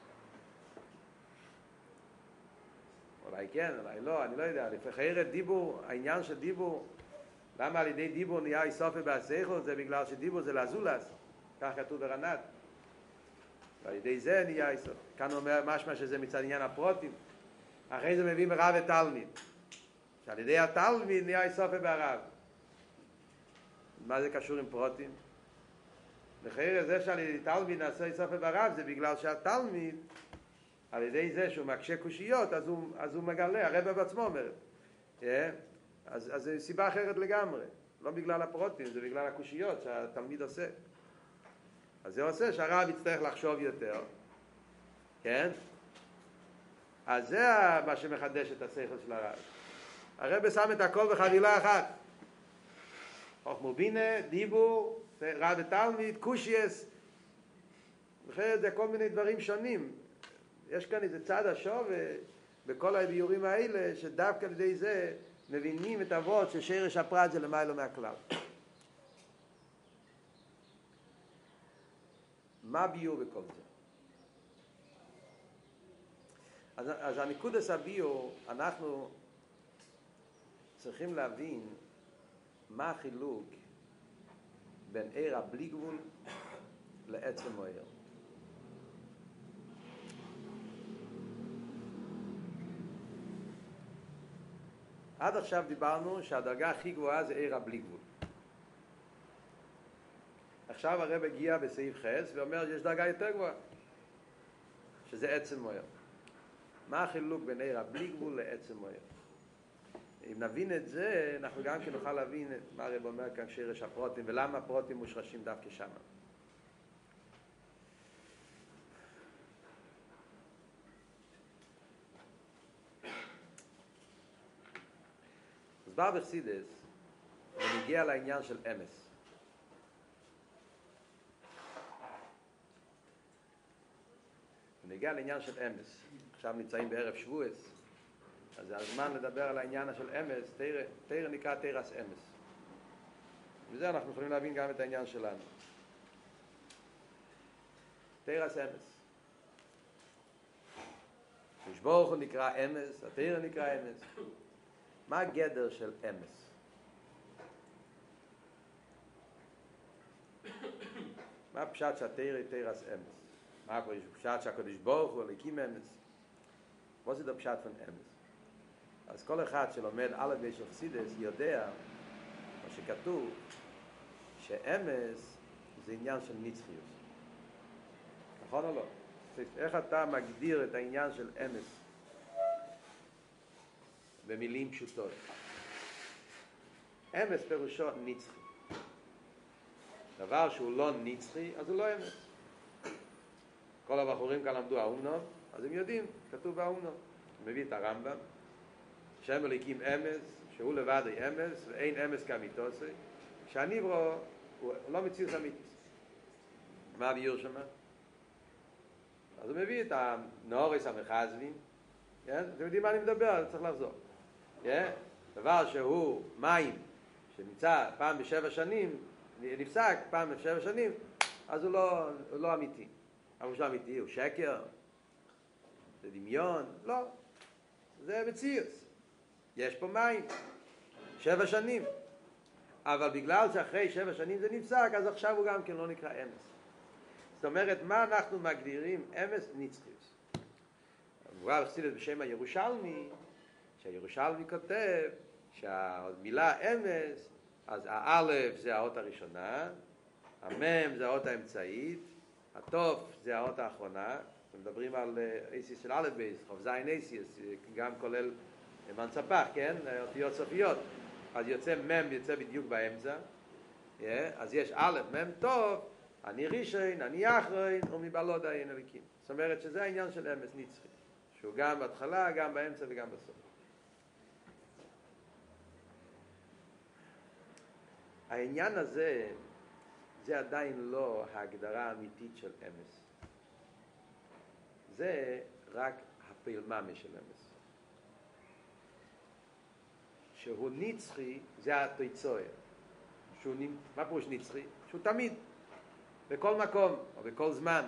C: אולי כן, אולי לא, אני לא יודע. לפי דיבור, העניין של דיבור, למה על ידי דיבור נהיה איסופה בשכל? זה בגלל שדיבור זה לזולס. כך כתוב ברנת. ועל ידי זה נהיה איסופה. כאן הוא אומר משמע שזה מצד עניין הפרוטים. אחרי זה מביא מרב ותלמיד. שעל ידי התלמיד נהיה איסופה בהרב. מה זה קשור עם פרוטים? לכן זה שעל ידי תלמיד נעשה סופר ברב זה בגלל שהתלמיד על ידי זה שהוא מקשה קושיות אז הוא, אז הוא מגלה, הרב בעצמו אומר yeah. אז, אז זה סיבה אחרת לגמרי לא בגלל הפרוטים, זה בגלל הקושיות שהתלמיד עושה אז זה עושה שהרב יצטרך לחשוב יותר כן? אז זה מה שמחדש את השכל של הרב הרב שם את הכל בחבילה אחת חוכמה בינה, דיבור רב ותלמיד, קושייס וכן זה כל מיני דברים שונים יש כאן איזה צד השוב בכל הביורים האלה שדווקא על ידי זה מבינים את אבות ששרש הפרט זה למיילו מהכלל מה ביור בכל זה? אז, אז הנקודס הביור אנחנו צריכים להבין מה החילוק בין עיר הבלי גבול לעצם העיר. עד עכשיו דיברנו שהדרגה הכי גבוהה זה עיר הבלי גבול. עכשיו הרב הגיע בסעיף חס ואומר שיש דרגה יותר גבוהה שזה עצם העיר. מה החילוק בין עיר הבלי גבול לעצם העיר? אם נבין את זה, אנחנו גם כן נוכל להבין מה הרב אומר כאן שרש הפרוטים ולמה הפרוטים מושרשים דווקא שם. אז בר בחסידס, ונגיע לעניין של אמס. ונגיע לעניין של אמס. עכשיו נמצאים בערב שבועס. אז זה הזמן לדבר על העניין של אמס, תרא, תרא נקרא תרס אמס. וזה אנחנו יכולים להבין גם את העניין שלנו. תרס אמס. משבורך הוא נקרא אמס, התרא נקרא אמס. מה הגדר של אמס? מה הפשט שהתרא היא תרס אמס? מה הפשט שהקדוש ברוך הוא הקים אמס? מה זה הפשט של אמס? אז כל אחד שלומד א' ב' של חסידס יודע מה שכתוב שאמס זה עניין של נצחיות. נכון או לא? איך אתה מגדיר את העניין של אמס במילים פשוטות? אמס פירושו נצחי. דבר שהוא לא נצחי אז הוא לא אמס. כל הבחורים כאן למדו האומנום אז הם יודעים, כתוב באומנום. מביא את הרמב"ם שם אליקים אמס, שהוא לבד היא אמס, ואין אמס כאמיתוסי, שהניברו הוא לא מציאות אמיתית. מה הביור שמה? אז הוא מביא את הנאורס המחזבים, כן? אתם יודעים מה אני מדבר, צריך לחזור. כן? דבר שהוא מים, שנמצא פעם בשבע שנים, נפסק פעם בשבע שנים, אז הוא לא, הוא לא אמיתי. אבל הוא לא אמיתי, הוא שקר, זה דמיון, לא. זה מציאות. יש פה מים, שבע שנים. אבל בגלל שאחרי שבע שנים זה נפסק, אז עכשיו הוא גם כן לא נקרא אמס. זאת אומרת, מה אנחנו מגדירים אמס? נצחיות. מובא בחסידות בשם הירושלמי, שהירושלמי כותב שהמילה אמס, אז האלף זה האות הראשונה, המם זה האות האמצעית, התוף זה האות האחרונה, מדברים על אייסיס של א' בייס, חוב זין אייסיס, גם כולל מנצפח, כן? אותיות סופיות. אז יוצא מם, יוצא בדיוק באמצע. Yeah, אז יש א', מם טוב, אני ראשון, אני אחרון, ומבעלות אין אליקים. זאת אומרת שזה העניין של אמס נצחי, שהוא גם בהתחלה, גם באמצע וגם בסוף. העניין הזה, זה עדיין לא ההגדרה האמיתית של אמס. זה רק הפעלממה של אמס. שהוא נצחי, זה התיצויה. שהוא, מה פירוש נצחי? שהוא תמיד, בכל מקום, או בכל זמן.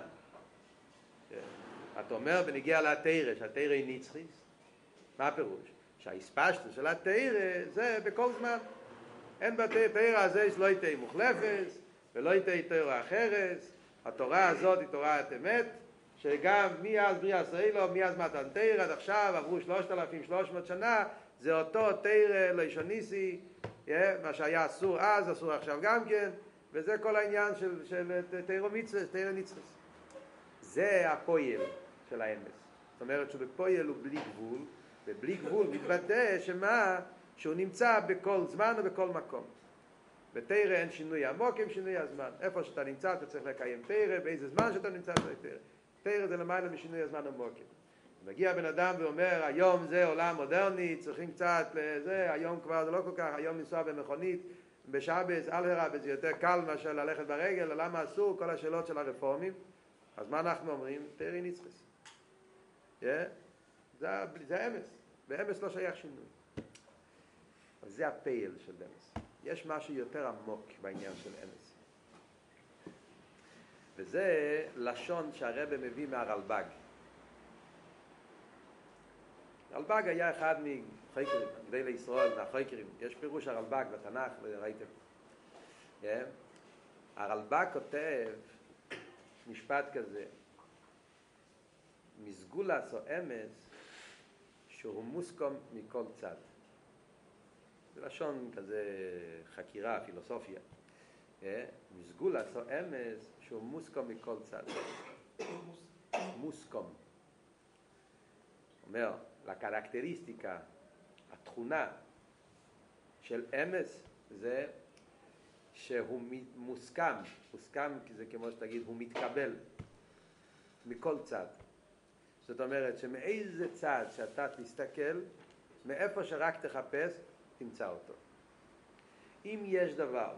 C: אתה אומר, ונגיע לתרא, שהתרא היא נצחי. מה הפירוש? שההספשטות של התרא זה בכל זמן. אין בתרא הזה לא תהיה מוחלפת, ולא תהיה תרא אחרת. התורה הזאת היא תורת אמת, שגם מאז בריאת ישראל, מאז מתן תרא, עד עכשיו עברו שלושת אלפים ושלוש מאות שנה, זה אותו תרא לישוניסי, מה שהיה אסור אז, אסור עכשיו גם כן, וזה כל העניין של, של תירו מצווה, תירו נצחס. זה הפועל של האמס. זאת אומרת שבפועל הוא בלי גבול, ובלי גבול מתבטא שמה? שהוא נמצא בכל זמן ובכל מקום. בתירו אין שינוי עמוק עם שינוי הזמן. איפה שאתה נמצא אתה צריך לקיים תירו, באיזה זמן שאתה נמצא צריך תירו. תירו זה למעלה משינוי הזמן עמוק. מגיע בן אדם ואומר, היום זה עולם מודרני, צריכים קצת לזה, היום כבר זה לא כל כך, היום לנסוע במכונית, בשבס, אלהרה, וזה יותר קל מאשר ללכת ברגל, למה אסור, כל השאלות של הרפורמים. אז מה אנחנו אומרים? תירי נצחס. Yeah? זה, זה אמס. באמס לא שייך שינוי. אז זה הפייל של אמס. יש משהו יותר עמוק בעניין של אמס. וזה לשון שהרבא מביא מהרלב"ג. הרלב"ג היה אחד מחוקרים, גדולי ישראל, מהחוקרים. יש פירוש הרלב"ג בתנ"ך, ראיתם. Yeah? הרלב"ג כותב משפט כזה, מסגולס או אמס שהוא מוסכם מכל צד. זה לשון כזה חקירה, פילוסופיה. Yeah? מסגולס או אמס שהוא מוסכם מכל צד. מוסכם. אומר, לקרקטריסטיקה, התכונה של אמס זה שהוא מוסכם, מוסכם כי זה כמו שתגיד, הוא מתקבל מכל צד. זאת אומרת שמאיזה צד שאתה תסתכל, מאיפה שרק תחפש, תמצא אותו. אם יש דבר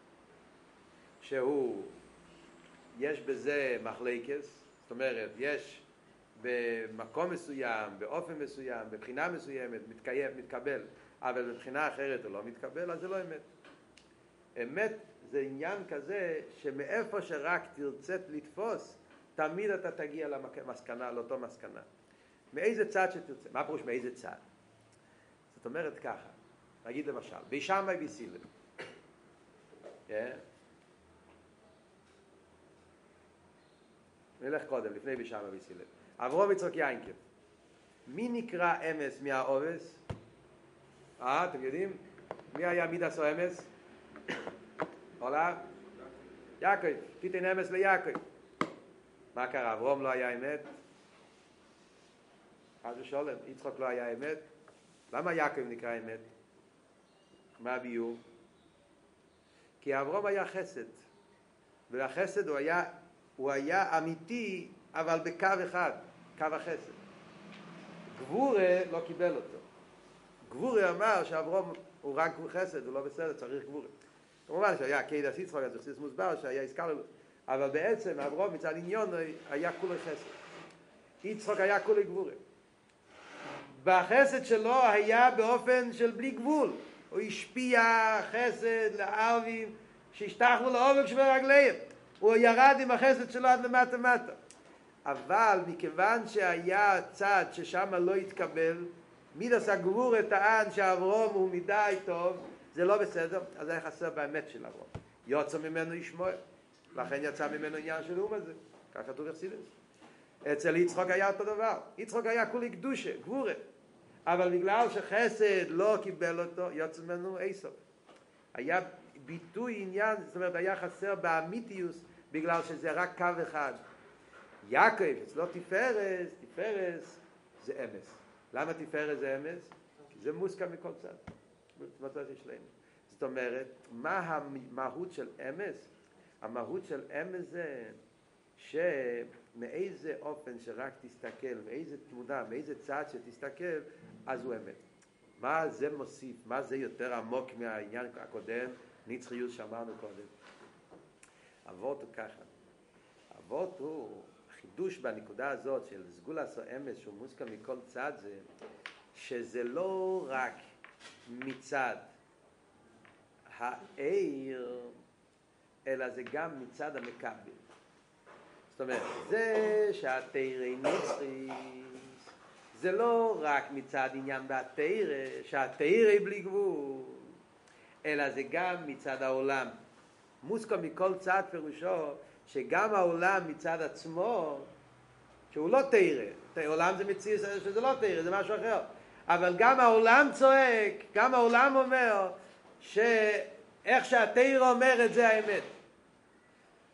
C: שהוא, יש בזה מחלקס, זאת אומרת, יש במקום מסוים, באופן מסוים, בבחינה מסוימת, מתקיים, מתקבל, אבל בבחינה אחרת הוא לא מתקבל, אז זה לא אמת. אמת זה עניין כזה שמאיפה שרק תרצה לתפוס, תמיד אתה תגיע למסקנה, לאותו מסקנה. מאיזה צד שתרצה. מה פירוש מאיזה צד? זאת אומרת ככה, נגיד למשל, בישמאי וסילל. כן? נלך קודם, לפני בישמאי וסילל. אברהם יצחק יעקב. מי נקרא אמס מהאובס? אה, אתם יודעים? מי היה מידס או אמס? הולה? יעקב. תיתן אמס ליעקב. מה קרה? אברהם לא היה אמת? חס ושלום, יצחק לא היה אמת? למה יעקב נקרא אמת? מה הביאור? כי אברהם היה חסד. והחסד הוא היה, הוא היה אמיתי, אבל בקו אחד, קו החסד. גבורה לא קיבל אותו. גבורה אמר שאברהם הוא רק חסד, הוא לא בסדר, צריך גבורה. כמובן שהיה קיידס יצחק, אז יחסיס מוסבר שהיה עסקה לו. אבל בעצם אברהם מצד עניון היה כולי חסד. יצחק היה כולי גבורה. בחסד שלו היה באופן של בלי גבול. הוא השפיע חסד לערבים שהשתחנו לעומק שברגליהם. הוא ירד עם החסד שלו עד למטה מטה. אבל מכיוון שהיה צד ששם לא התקבל, מידס הגבורה טען שאברהם הוא מדי טוב, זה לא בסדר, אז היה חסר באמת של אברהם. יוצא ממנו ישמעאל. לכן יצא ממנו עניין של אום הזה. כך כתוב בחסידות. אצל יצחק היה אותו דבר. יצחק היה כולי קדושה, גבורה. אבל בגלל שחסד לא קיבל אותו, יוצא ממנו עשיו. היה ביטוי עניין, זאת אומרת, היה חסר באמיתיוס, בגלל שזה רק קו אחד. יעקב, אצלו תפארס, תפארס זה אמס. למה תפארס זה אמס? כי זה מוסכם מכל צד. זאת אומרת, מה המהות של אמס? המהות של אמס זה שמאיזה אופן שרק תסתכל, מאיזה תמונה, מאיזה צד שתסתכל, אז הוא אמת. מה זה מוסיף? מה זה יותר עמוק מהעניין הקודם? נצחיות שאמרנו קודם. אבות הוא ככה. אבות הוא, החידוש בנקודה הזאת של סגולס או אמס שהוא מוסכם מכל צד זה, שזה לא רק מצד העיר, אלא זה גם מצד המקבל. זאת אומרת, זה שהתירי נצחי, זה לא רק מצד עניין בתירי, שהתירי בלי גבול, אלא זה גם מצד העולם. מוסכם מכל צד פירושו, שגם העולם מצד עצמו, שהוא לא תירי, העולם זה מציא שזה לא תירי, זה משהו אחר. אבל גם העולם צועק, גם העולם אומר, שאיך שהתירי אומר את זה האמת.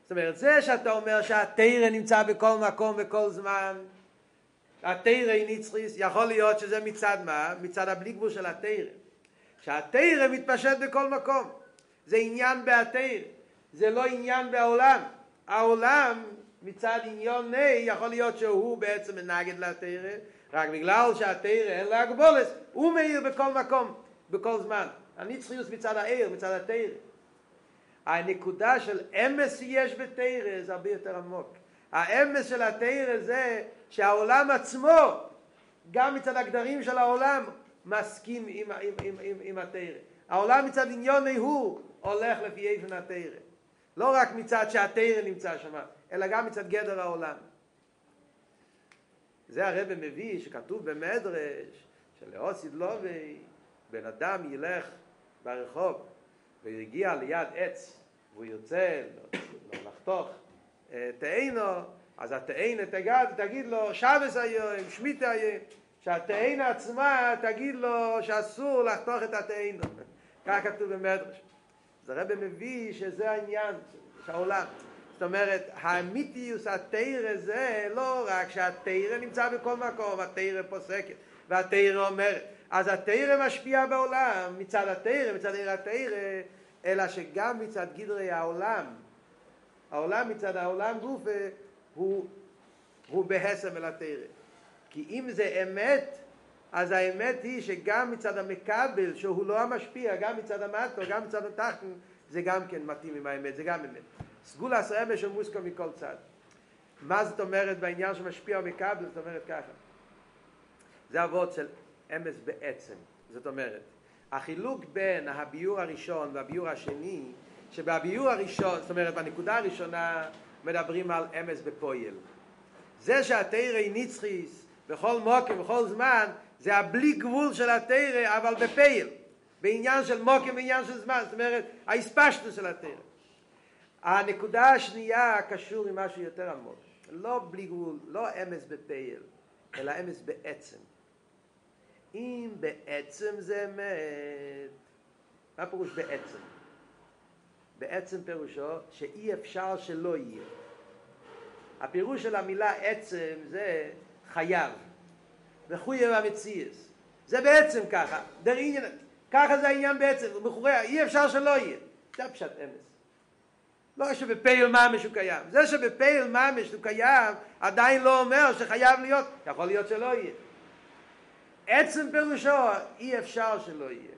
C: זאת אומרת, זה שאתה אומר שהתורה נמצא בכל מקום, בכל זמן, התורה היא נצחית, יכול להיות שזה מצד מה? מצד הבלי גבול של התורה. שהתורה מתפשט בכל מקום. זה עניין בהתורה, זה לא עניין בעולם. העולם מצד עניון נאי יכול להיות שהוא בעצם מנגד לתורה, רק בגלל שהתורה אין לה הגבולת, הוא מאיר בכל מקום, בכל זמן. הנצחיות מצד העיר, מצד התורה. הנקודה של אמס שיש בתורה זה הרבה יותר עמוק. האמס של התורה זה שהעולם עצמו, גם מצד הגדרים של העולם, מסכים עם, עם, עם, עם, עם התורה. העולם מצד עניון הוא הולך לפי איפן התורה. לא רק מצד שהתורה נמצא שם, אלא גם מצד גדר העולם. זה הרב מביא שכתוב במדרש שלאוסיד לובי, בן אדם ילך ברחוב ויגיע ליד עץ והוא ירצה לחתוך תאינו, אז התאינה תגיד, תגיד לו שבס היום, שמיטה היום, שהתאינה עצמה תגיד לו שאסור לחתוך את התאינו. כך כתוב במדרש. אז הרב מביא שזה העניין של העולם. זאת אומרת, האמיתיוס התורה זה לא רק שהתורה נמצא בכל מקום, התורה פוסקת והתורה אומרת. אז התורה משפיע בעולם מצד התורה, מצד עיר התורה, אלא שגם מצד גדרי העולם. העולם מצד העולם גוף הוא, הוא בהסם אל התורה. כי אם זה אמת, אז האמת היא שגם מצד המקבל, שהוא לא המשפיע, גם מצד המטו, גם מצד התחתן, זה גם כן מתאים עם האמת, זה גם אמת. סגולה סרבה של מוסקו מכל צד. מה זאת אומרת בעניין שמשפיע ומקבל? זאת אומרת ככה. זה עבוד של אמס בעצם. זאת אומרת, החילוק בין הביור הראשון והביור השני, שבביור הראשון, זאת אומרת, בנקודה הראשונה, מדברים על אמס בפועל. זה שהתורה היא נצחיס, בכל מוקם, בכל זמן, זה הבלי גבול של התורה, אבל בפועל. בעניין של מוקם, בעניין של זמן. זאת אומרת, ההספשטות של התורה. הנקודה השנייה קשור עם משהו יותר עמוק. לא בלי גבול, לא אמס בפועל, אלא אמס בעצם. אם בעצם זה אמת, מה פירוש בעצם? בעצם פירושו שאי אפשר שלא יהיה. הפירוש של המילה עצם זה חייב, מחויב המציאס. זה בעצם ככה, דרעניין, ככה זה העניין בעצם, מחויב, אי אפשר שלא יהיה. זה פשט אמס. לא שבפעיל ממש הוא קיים. זה שבפעיל ממש הוא קיים, עדיין לא אומר שחייב להיות, יכול להיות שלא יהיה. עצם פירושו אי אפשר שלא יהיה.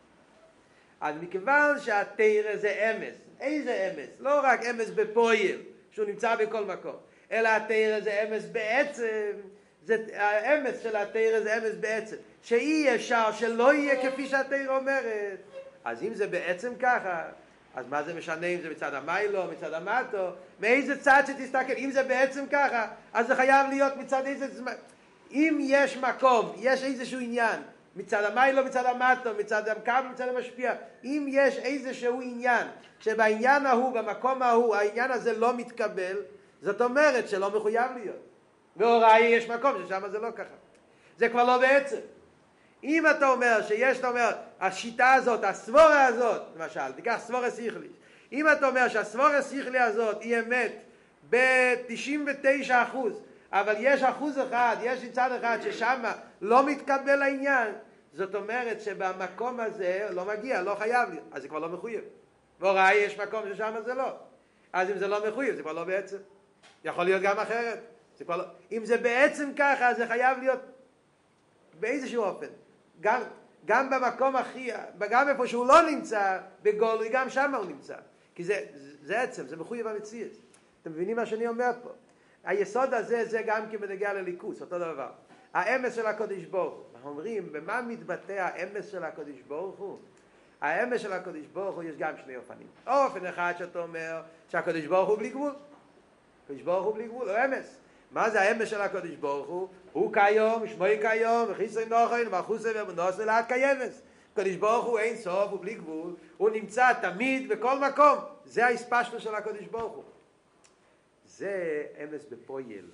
C: אז מכיוון שהתורה זה אמס, איזה אמס? לא רק אמס בפועל, שהוא נמצא בכל מקום, אלא התורה זה אמס בעצם, זה, האמס של התורה זה אמס בעצם, שאי אפשר שלא יהיה כפי שהתורה אומרת. אז אם זה בעצם ככה, אז מה זה משנה אם זה מצד המיילו, מצד המטו, מאיזה צד שתסתכל, אם זה בעצם ככה, אז זה חייב להיות מצד איזה זמן. אם יש מקום, יש איזשהו עניין, מצד המיילו, מצד המטו, מצד המקבל, מצד המשפיע, אם יש איזשהו עניין, שבעניין ההוא, במקום ההוא, העניין הזה לא מתקבל, זאת אומרת שלא מחויב להיות. והוראי יש מקום ששם זה לא ככה. זה כבר לא בעצם. אם אתה אומר שיש, אתה אומר, השיטה הזאת, הסבורה הזאת, למשל, תיקח סבורה שכלית. אם אתה אומר שהסבורה שכלית הזאת היא אמת ב-תשעים ותשעה אחוז, אבל יש אחוז אחד, יש מצד אחד ששם לא מתקבל העניין, זאת אומרת שבמקום הזה לא מגיע, לא חייב להיות, אז זה כבר לא מחויב. והוראי יש מקום ששם זה לא. אז אם זה לא מחויב, זה כבר לא בעצם. יכול להיות גם אחרת. זה כבר לא. אם זה בעצם ככה, זה חייב להיות באיזשהו אופן. גם, גם במקום הכי, גם איפה שהוא לא נמצא, בגולוי, גם שם הוא נמצא. כי זה, זה עצם, זה מחויב המציאות. אתם מבינים מה שאני אומר פה? היסוד הזה, זה גם כי בנגיע לליכוס, אותו דבר. האמס של הקודש ברוך הוא. אנחנו אומרים, במה מתבטא האמס של הקודש ברוך הוא? האמס של הקודש ברוך הוא יש גם שני אופנים. אופן אחד שאתה אומר שהקודש ברוך הוא בלי גבול. הקודש ברוך הוא בלי גבול, הוא אמס. מה זה האמס של הקודש ברוך הוא? הוא כיום, שמוי כיום, וחיסוי נוחין, ואחוסי ומנוסי לעד קיימס. הקודש ברוך הוא אין סוף, הוא בלי גבול, הוא נמצא תמיד בכל מקום. זה ההספשטות של הקודש ברוך הוא. זה אמס בפועל.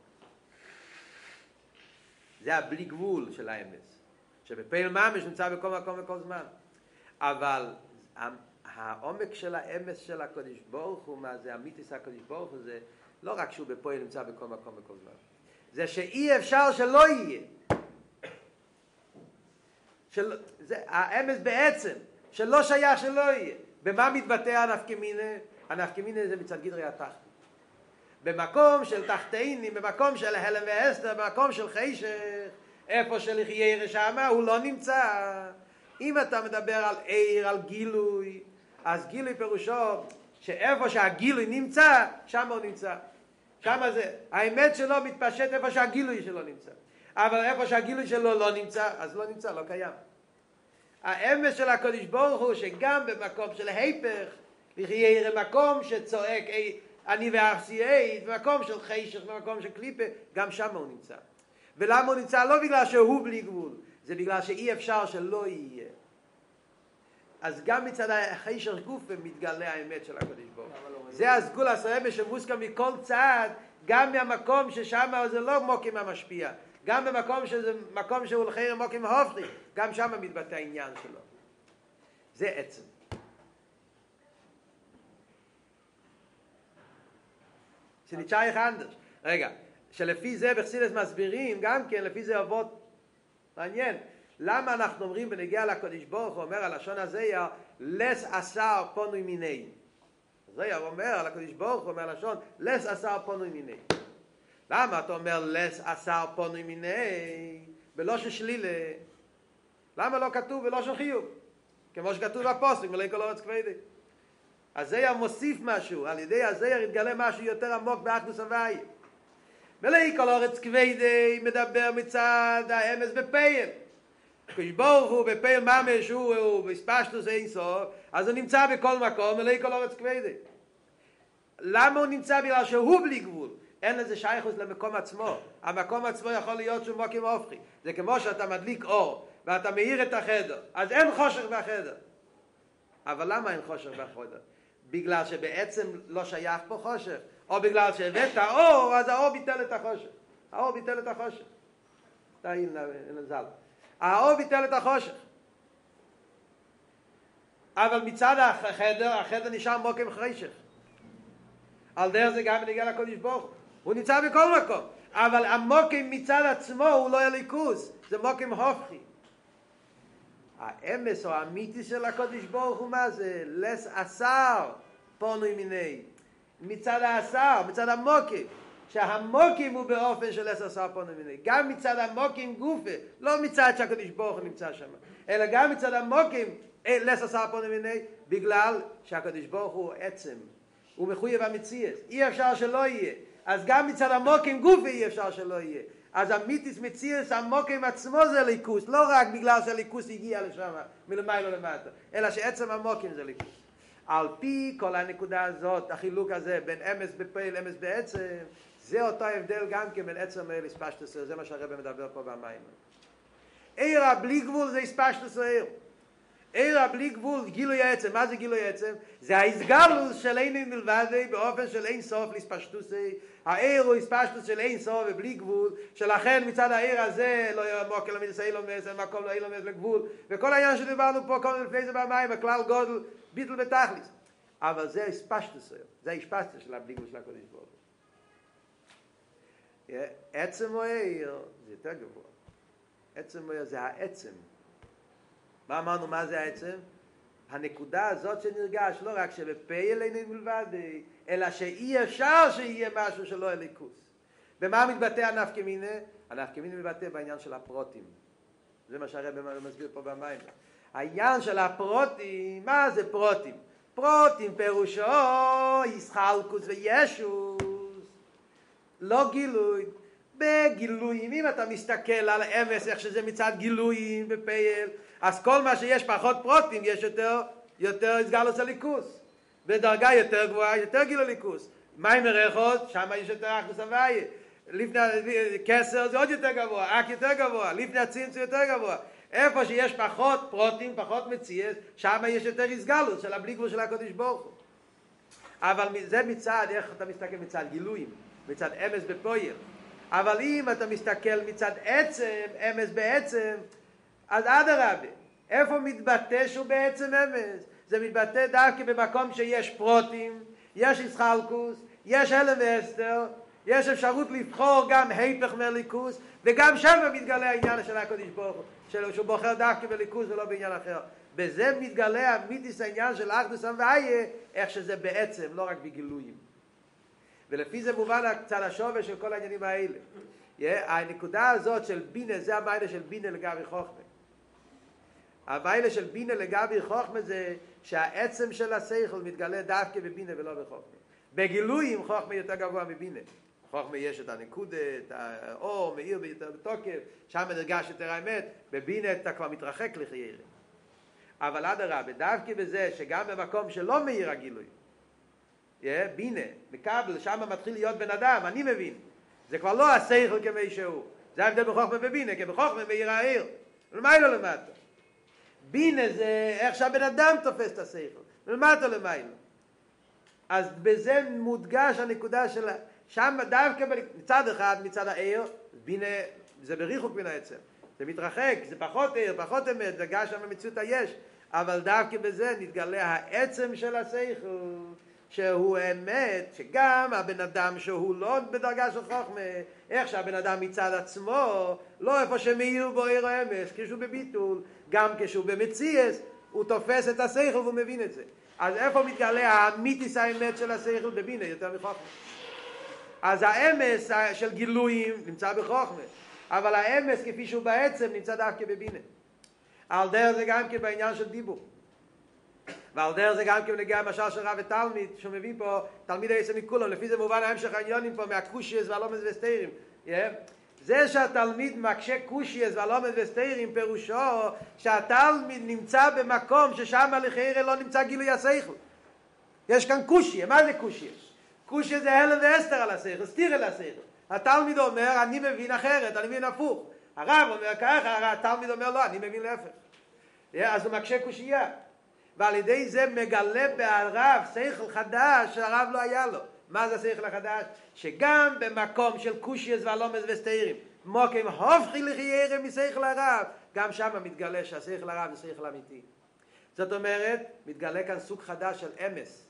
C: זה הבלי גבול של האמס. שבפועל ממש נמצא בכל מקום וכל זמן. אבל העומק של האמס של הקדוש ברוך הוא, מה זה אמיתיס הקדוש ברוך הוא, זה לא רק שהוא בפועל נמצא בכל מקום בכל זמן. זה שאי אפשר שלא יהיה. של, זה האמס בעצם, שלא שייך שלא יהיה. במה מתבטא הנפקמינה? הנפקמינה זה מצד גדרי התחתית. במקום של תחתינים, במקום של הלם והסתר, במקום של חשך, איפה של ירא שמה, הוא לא נמצא. אם אתה מדבר על עיר, על גילוי, אז גילוי פירושו שאיפה שהגילוי נמצא, שם הוא נמצא. שם זה, האמת שלו מתפשט איפה שהגילוי שלו נמצא. אבל איפה שהגילוי שלו לא נמצא, אז לא נמצא, לא קיים. האמת של הקדוש ברוך הוא שגם במקום של היפך, ירא מקום שצועק אני ואחסיית, במקום של חשך, במקום של קליפה, גם שם הוא נמצא. ולמה הוא נמצא? לא בגלל שהוא בלי גבול, זה בגלל שאי אפשר שלא יהיה. אז גם מצד החשך גוף מתגלה האמת של הקדוש ברוך הוא. זה הסגול הסרמה שמוסכם מכל צעד, גם מהמקום ששם זה לא מוקים המשפיע, גם במקום שזה מקום שהוא לחיר מוקים הופכי, גם שם מתבטא העניין שלו. זה עצם. שנתשייך אנדרש. רגע, שלפי זה בחסידות מסבירים, גם כן לפי זה אבות מעניין. למה אנחנו אומרים בנגיע לקדוש ברוך הוא, אומר הלשון הזה, לס אסר פונוי מיני. זה אומר על הקדוש ברוך הוא, אומר הלשון, לס אסר פונוי מיני. למה אתה אומר לס אסר פונוי מיני? בלושן שלילה. למה לא כתוב בלושן חיוב? כמו שכתוב בפוסק, מלא כל ארץ כבדי. הזייר מוסיף משהו, על ידי הזייר יתגלה משהו יותר עמוק באחדוס הוויה. מלא כל ארץ כבדי מדבר מצד האמס בפייל. הקדוש ברוך הוא בפייל ממש הוא בספשטוס אין סוף, אז הוא נמצא בכל מקום, מלא כל ארץ כבדי. למה הוא נמצא? בגלל שהוא בלי גבול. אין לזה שייכות למקום עצמו. המקום עצמו יכול להיות שהוא מוקים הופכי. זה כמו שאתה מדליק אור ואתה מאיר את החדר, אז אין חושך בחדר. אבל למה אין חושך בחדר? בגלל שבעצם לא שייך פה חושך, או בגלל שהבאת האור, אז האור ביטל את החושך. האור ביטל את החושך. תאין לזל. האור ביטל את החושך. אבל מצד החדר, החדר נשאר מוקים חשך. על דרך זה גם נגיע לקדוש ברוך הוא. הוא נמצא בכל מקום. אבל המוקים מצד עצמו הוא לא הליכוס. זה מוקים הופכי. האמס או האמיתי של הקדוש ברוך הוא מה זה? לס אסר פונוי מיני. מצד האסר, מצד המוקים. שהמוקים הוא באופן של לס אסר פונוי מיני. גם מצד המוקים גופה. לא מצד שהקדוש ברוך הוא נמצא שם. אלא גם מצד המוקים לס אסר פונוי מיני. בגלל שהקדוש ברוך הוא עצם. הוא מחויב המציאות. אי אפשר שלא יהיה. אז גם מצד המוקים גופה אי אפשר שלא יהיה. אז המיתיס מציאס המוקים עצמו זה ליכוס, לא רק בגלל שהליכוס הגיע לשם, מלמעלה למטה, אלא שעצם המוקים זה ליכוס. על פי כל הנקודה הזאת, החילוק הזה בין אמס בפעיל, אמס בעצם, זה אותו הבדל גם כן בין עצם אל הספשטוס, זה מה שהרבא מדבר פה במים. עיר הבלי גבול זה הספשטוס העיר. עיר הבלי גבול, גילוי עצם. מה זה גילוי עצם? זה ההסגלוס של אין מלבדי באופן של אין סוף להספשטוסי. העיר הוא הספשטוס של אין סוף ובלי גבול, שלכן מצד העיר הזה לא יהיה מוקל למידס אילומס, אין מקום לא אילומס לגבול, וכל העניין שדיברנו פה כל לפני זה במים, הכלל גודל, ביטל בתכליס. אבל זה הספשטוס, זה הספשטוס של הבלי גבול של הקודש ברוך הוא. עצם או העיר זה יותר גבוה. עצם או העיר זה העצם. מה אמרנו? מה זה העצם? הנקודה הזאת שנרגש, לא רק שבפייל אין מלבד, אלא שאי אפשר שיהיה משהו שלא הליכוס. במה מתבטא הנפקמינה? הנפקמינה מתבטא בעניין של הפרוטים. זה מה שהרבא מסביר פה במים. העניין של הפרוטים, מה זה פרוטים? פרוטים פירושו ישחלקוס וישוס. לא גילוי. בגילויים, אם אתה מסתכל על האמס, איך שזה מצד גילויים בפייל, אז כל מה שיש פחות פרוטים, יש יותר, יותר הסגלוס הליכוס. בדרגה יותר גבוהה, יותר גילוי ליכוס. מים מרחות, שם יש יותר אחדוס הוויה. לפני כסר זה עוד יותר גבוה, אק יותר גבוה, לפני הצינצו יותר גבוה. איפה שיש פחות פרוטים, פחות מציאס, שם יש יותר הסגלוס של הבלי גבול של הקדוש ברוך הוא. אבל זה מצד, איך אתה מסתכל מצד גילויים, מצד אמס בפויל. אבל אם אתה מסתכל מצד עצם, אמס בעצם, אז אדרבה, איפה מתבטא שהוא בעצם אמס? זה מתבטא דווקא במקום שיש פרוטים, יש ישחלקוס, יש הלם ואסתר, יש אפשרות לבחור גם היפך מהליכוס, וגם שם מתגלה העניין של הקדוש ברוך הוא, שהוא בוחר דווקא בליכוס ולא בעניין אחר. בזה מתגלה אמיתיס העניין של אחדוס הוויה, איך שזה בעצם, לא רק בגילויים. ולפי זה מובן קצת השווה של כל העניינים האלה. הנקודה הזאת של בינה, זה המיילה של בינה לגבי חוכמה. המיילה של בינה לגבי חוכמה זה שהעצם של השכל מתגלה דווקא בבינה ולא בחוכמה. בגילויים חוכמה יותר גבוה מבינה. חוכמה יש את הנקודה, את האור, מאיר ביותר בתוקף, שם נרגש יותר האמת, בבינה אתה כבר מתרחק לחיירה. אבל אדרבה, דווקא בזה שגם במקום שלא מאיר הגילוי, בינה, מקבל, שם מתחיל להיות בן אדם, אני מבין. זה כבר לא השכל כמי שהוא. זה ההבדל בחוכמה ובינה, כי בחוכמה מאיר העיר. ולמיילו למטה. בינה זה איך שהבן אדם תופס את השכל. ולמטה למיילו. אז בזה מודגש הנקודה של... שם דווקא מצד אחד, מצד העיר, בינה, זה בריחוק מן העצם. זה מתרחק, זה פחות עיר, פחות אמת, זה גם שם במציאות היש. אבל דווקא בזה נתגלה העצם של השכל. שהוא אמת, שגם הבן אדם שהוא לא בדרגה של חוכמה, איך שהבן אדם מצד עצמו, לא איפה שמאיר בו עיר האמס, כשהוא בביטול, גם כשהוא במציאס, הוא תופס את השכל והוא מבין את זה. אז איפה מתגלה האמיתיס האמת של השכל בבינה, יותר מחוכמה? אז האמס של גילויים נמצא בחוכמה, אבל האמס כפי שהוא בעצם נמצא דווקא בבינה. על דרך זה גם בעניין של דיבור. ועל דרך זה גם כבנגיע המשל של רב ותלמיד, שהוא מביא פה תלמיד היצא מכולם, לפי זה מובן ההמשך העניונים פה מהקושייס והלומד וסתירים. Yeah. זה שהתלמיד מקשה קושייס והלומד וסתירים, פירושו שהתלמיד נמצא במקום ששם לחיירה לא נמצא גילוי השכל. יש כאן קושיה, מה זה קושיה? קושיה זה הלם ואסתר על השכל, סתיר על השכל. התלמיד אומר, אני מבין אחרת, אני מבין הפוך. הרב אומר ככה, התלמיד אומר לא, אני מבין להפך. Yeah, אז הוא מקשה קושייה. ועל ידי זה מגלה בהרב שכל חדש שהרב לא היה לו. מה זה השכל החדש? שגם במקום של קושייס והלומס וסתירים, מוקים הופכי לחיירה משכל הרב, גם שם מתגלה שהשכל הרב זה שכל אמיתי. זאת אומרת, מתגלה כאן סוג חדש של אמס.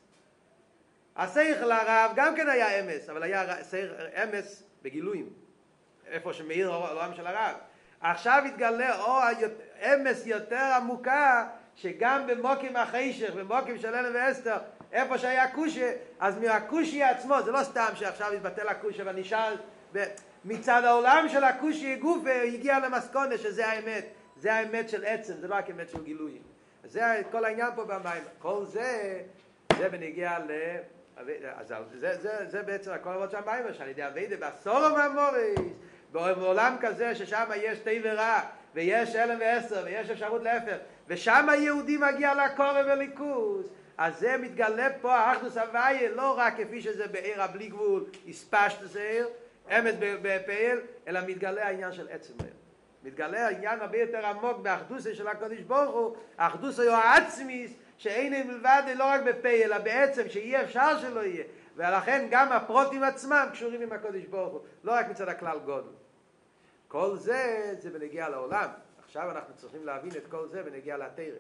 C: השכל הרב גם כן היה אמס, אבל היה אמס בגילויים. איפה שמאיר העולם של הרב. עכשיו התגלה אור אמס יותר עמוקה, שגם במוקים החשך, במוקים של הלם ואסתר, איפה שהיה קושיה, אז מהקושיה עצמו, זה לא סתם שעכשיו יתבטל הקושיה ונשאל, מצד העולם של הקושיה גוף הגיע למסקונה שזה האמת, זה האמת של עצם, זה לא רק אמת של גילויים. זה כל העניין פה במים, כל זה, זה בנגיע ל... אז זה, זה, זה בעצם הכל עבוד שם מים, שאני יודע, וידע בעשור המאמוריס, בעולם כזה ששם יש טוב ורע, ויש הלם ואסתר, ויש אפשרות להפך, ושם היהודי מגיע לקורא וליכוז, אז זה מתגלה פה האחדוס הוויה, לא רק כפי שזה בעיר הבלי גבול, הספשת זה עיר, אמת בפעיל, אלא מתגלה העניין של עצם העיר. מתגלה העניין הרבה יותר עמוק באחדוס של הקדוש ברוך הוא, האחדוס הוא העצמיס, שאין מלבד לא רק בפעיל, אלא בעצם שיהיה אפשר שלא יהיה, ולכן גם הפרוטים עצמם קשורים עם הקדוש ברוך הוא, לא רק מצד הכלל גודל. כל זה, זה בנגיע לעולם. עכשיו אנחנו צריכים להבין את כל זה ונגיע לתורה.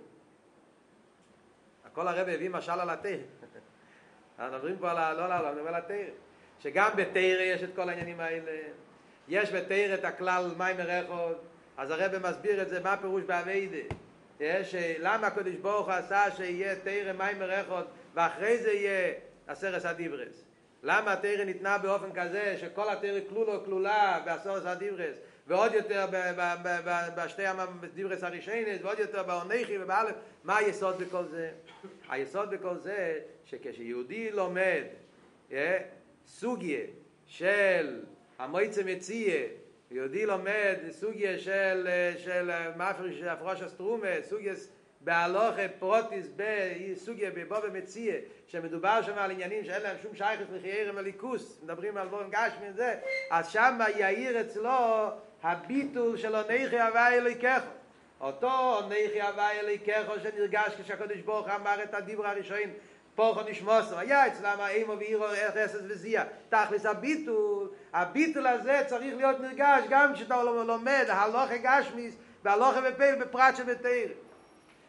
C: הכל הרב הביא משל על התורה. אנחנו מדברים פה על, לא על העולם, נדבר על התורה. שגם בתורה יש את כל העניינים האלה. יש בתורה את הכלל מיימר אחד, אז הרב מסביר את זה, מה פירוש בעבודה. יש, למה הקדוש ברוך הוא עשה שיהיה תורה מיימר אחד, ואחרי זה יהיה עשרת הדיברס. למה התורה ניתנה באופן כזה, שכל התורה כלולו כלולה בעשרת הדיברס, ועוד יותר בשתי הדיברס הראשונס, ועוד יותר בעונכי ובאלף, מה היסוד בכל זה? היסוד בכל זה, שכשיהודי לומד סוגיה של המועצה מציאה, יהודי לומד סוגיה של, של מפריש הפרוש אסטרומה, סוגיה בהלוכה פרוטיס בסוגיה בבוא ומציאה, שמדובר שם על עניינים שאין להם שום שייכת לחיירם הליכוס, מדברים על בורן גשמי וזה, אז שם יאיר אצלו הביטול של עונכי הווי אלוהיכך. אותו עונכי הווי אלוהיכך שנרגש כשהקדוש ברוך הוא אמר את הדיבור הראשון, פורחו נשמוסו, היה אצלם האימו ואירו חסד וזיע. תכלס הביטול, הביטול הזה צריך להיות נרגש גם כשאתה לומד הלוכה גשמיס והלוכה בפעיל בפרט שבתאיר.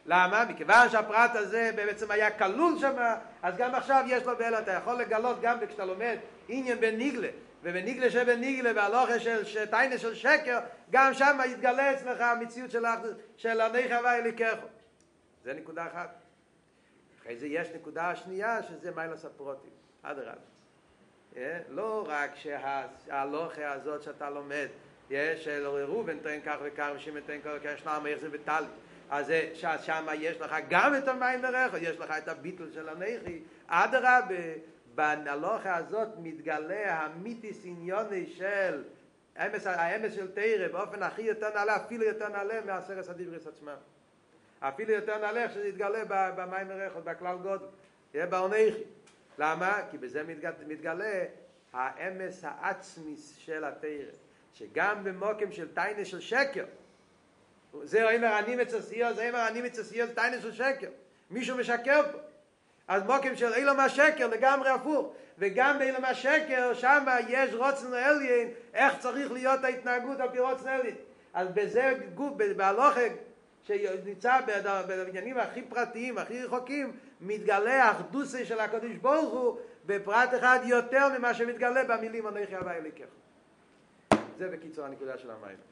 C: למה? מכיוון שהפרט הזה בעצם היה כלול שם, אז גם עכשיו יש לו באלו, אתה יכול לגלות גם כשאתה לומד עניין בניגלה, ובניגלה שבניגלה והלוכה של תיינה של שקר, גם שם יתגלה אצלך המציאות של, של אנכי הווה אלוקיך. זה נקודה אחת. אחרי זה יש נקודה שנייה שזה מיילס הפרוטים. אדרבה. לא רק שההלוכה הזאת שאתה לומד, יש של ראובן תן כך וכך ושמעון תן כך וכך, שניים איך זה וטלי. אז שם יש לך גם את המים מרחו, יש לך את הביטול של הנכי. אדרבה, בהלוכה הזאת מתגלה המיתיס עניוני של האמס של תורה באופן הכי יותר נעלה, אפילו יותר נעלה מעשרת הדיברות עצמם. אפילו יותר נעלה שזה יתגלה במים מרחו, בכלל גודל, יהיה באונכי. למה? כי בזה מתגלה האמס העצמיס של התורה, שגם במוקם של תיינה של שקר, זה אומר אני מצסיע, זה אומר אני מצסיע, זה תיינה של שקר. מישהו משקר פה. אז מוקם של אילום השקר לגמרי הפוך. וגם באילום השקר, שם יש רוצן עליין, איך צריך להיות ההתנהגות על פי רוצן עליין. אז בזה גוף, בהלוכה, שנמצא בעניינים הכי פרטיים, הכי רחוקים, מתגלה האחדוסה של הקדוש ברוך הוא, בפרט אחד יותר ממה שמתגלה במילים אנכי הווה אלוקיך. זה בקיצור הנקודה של המים.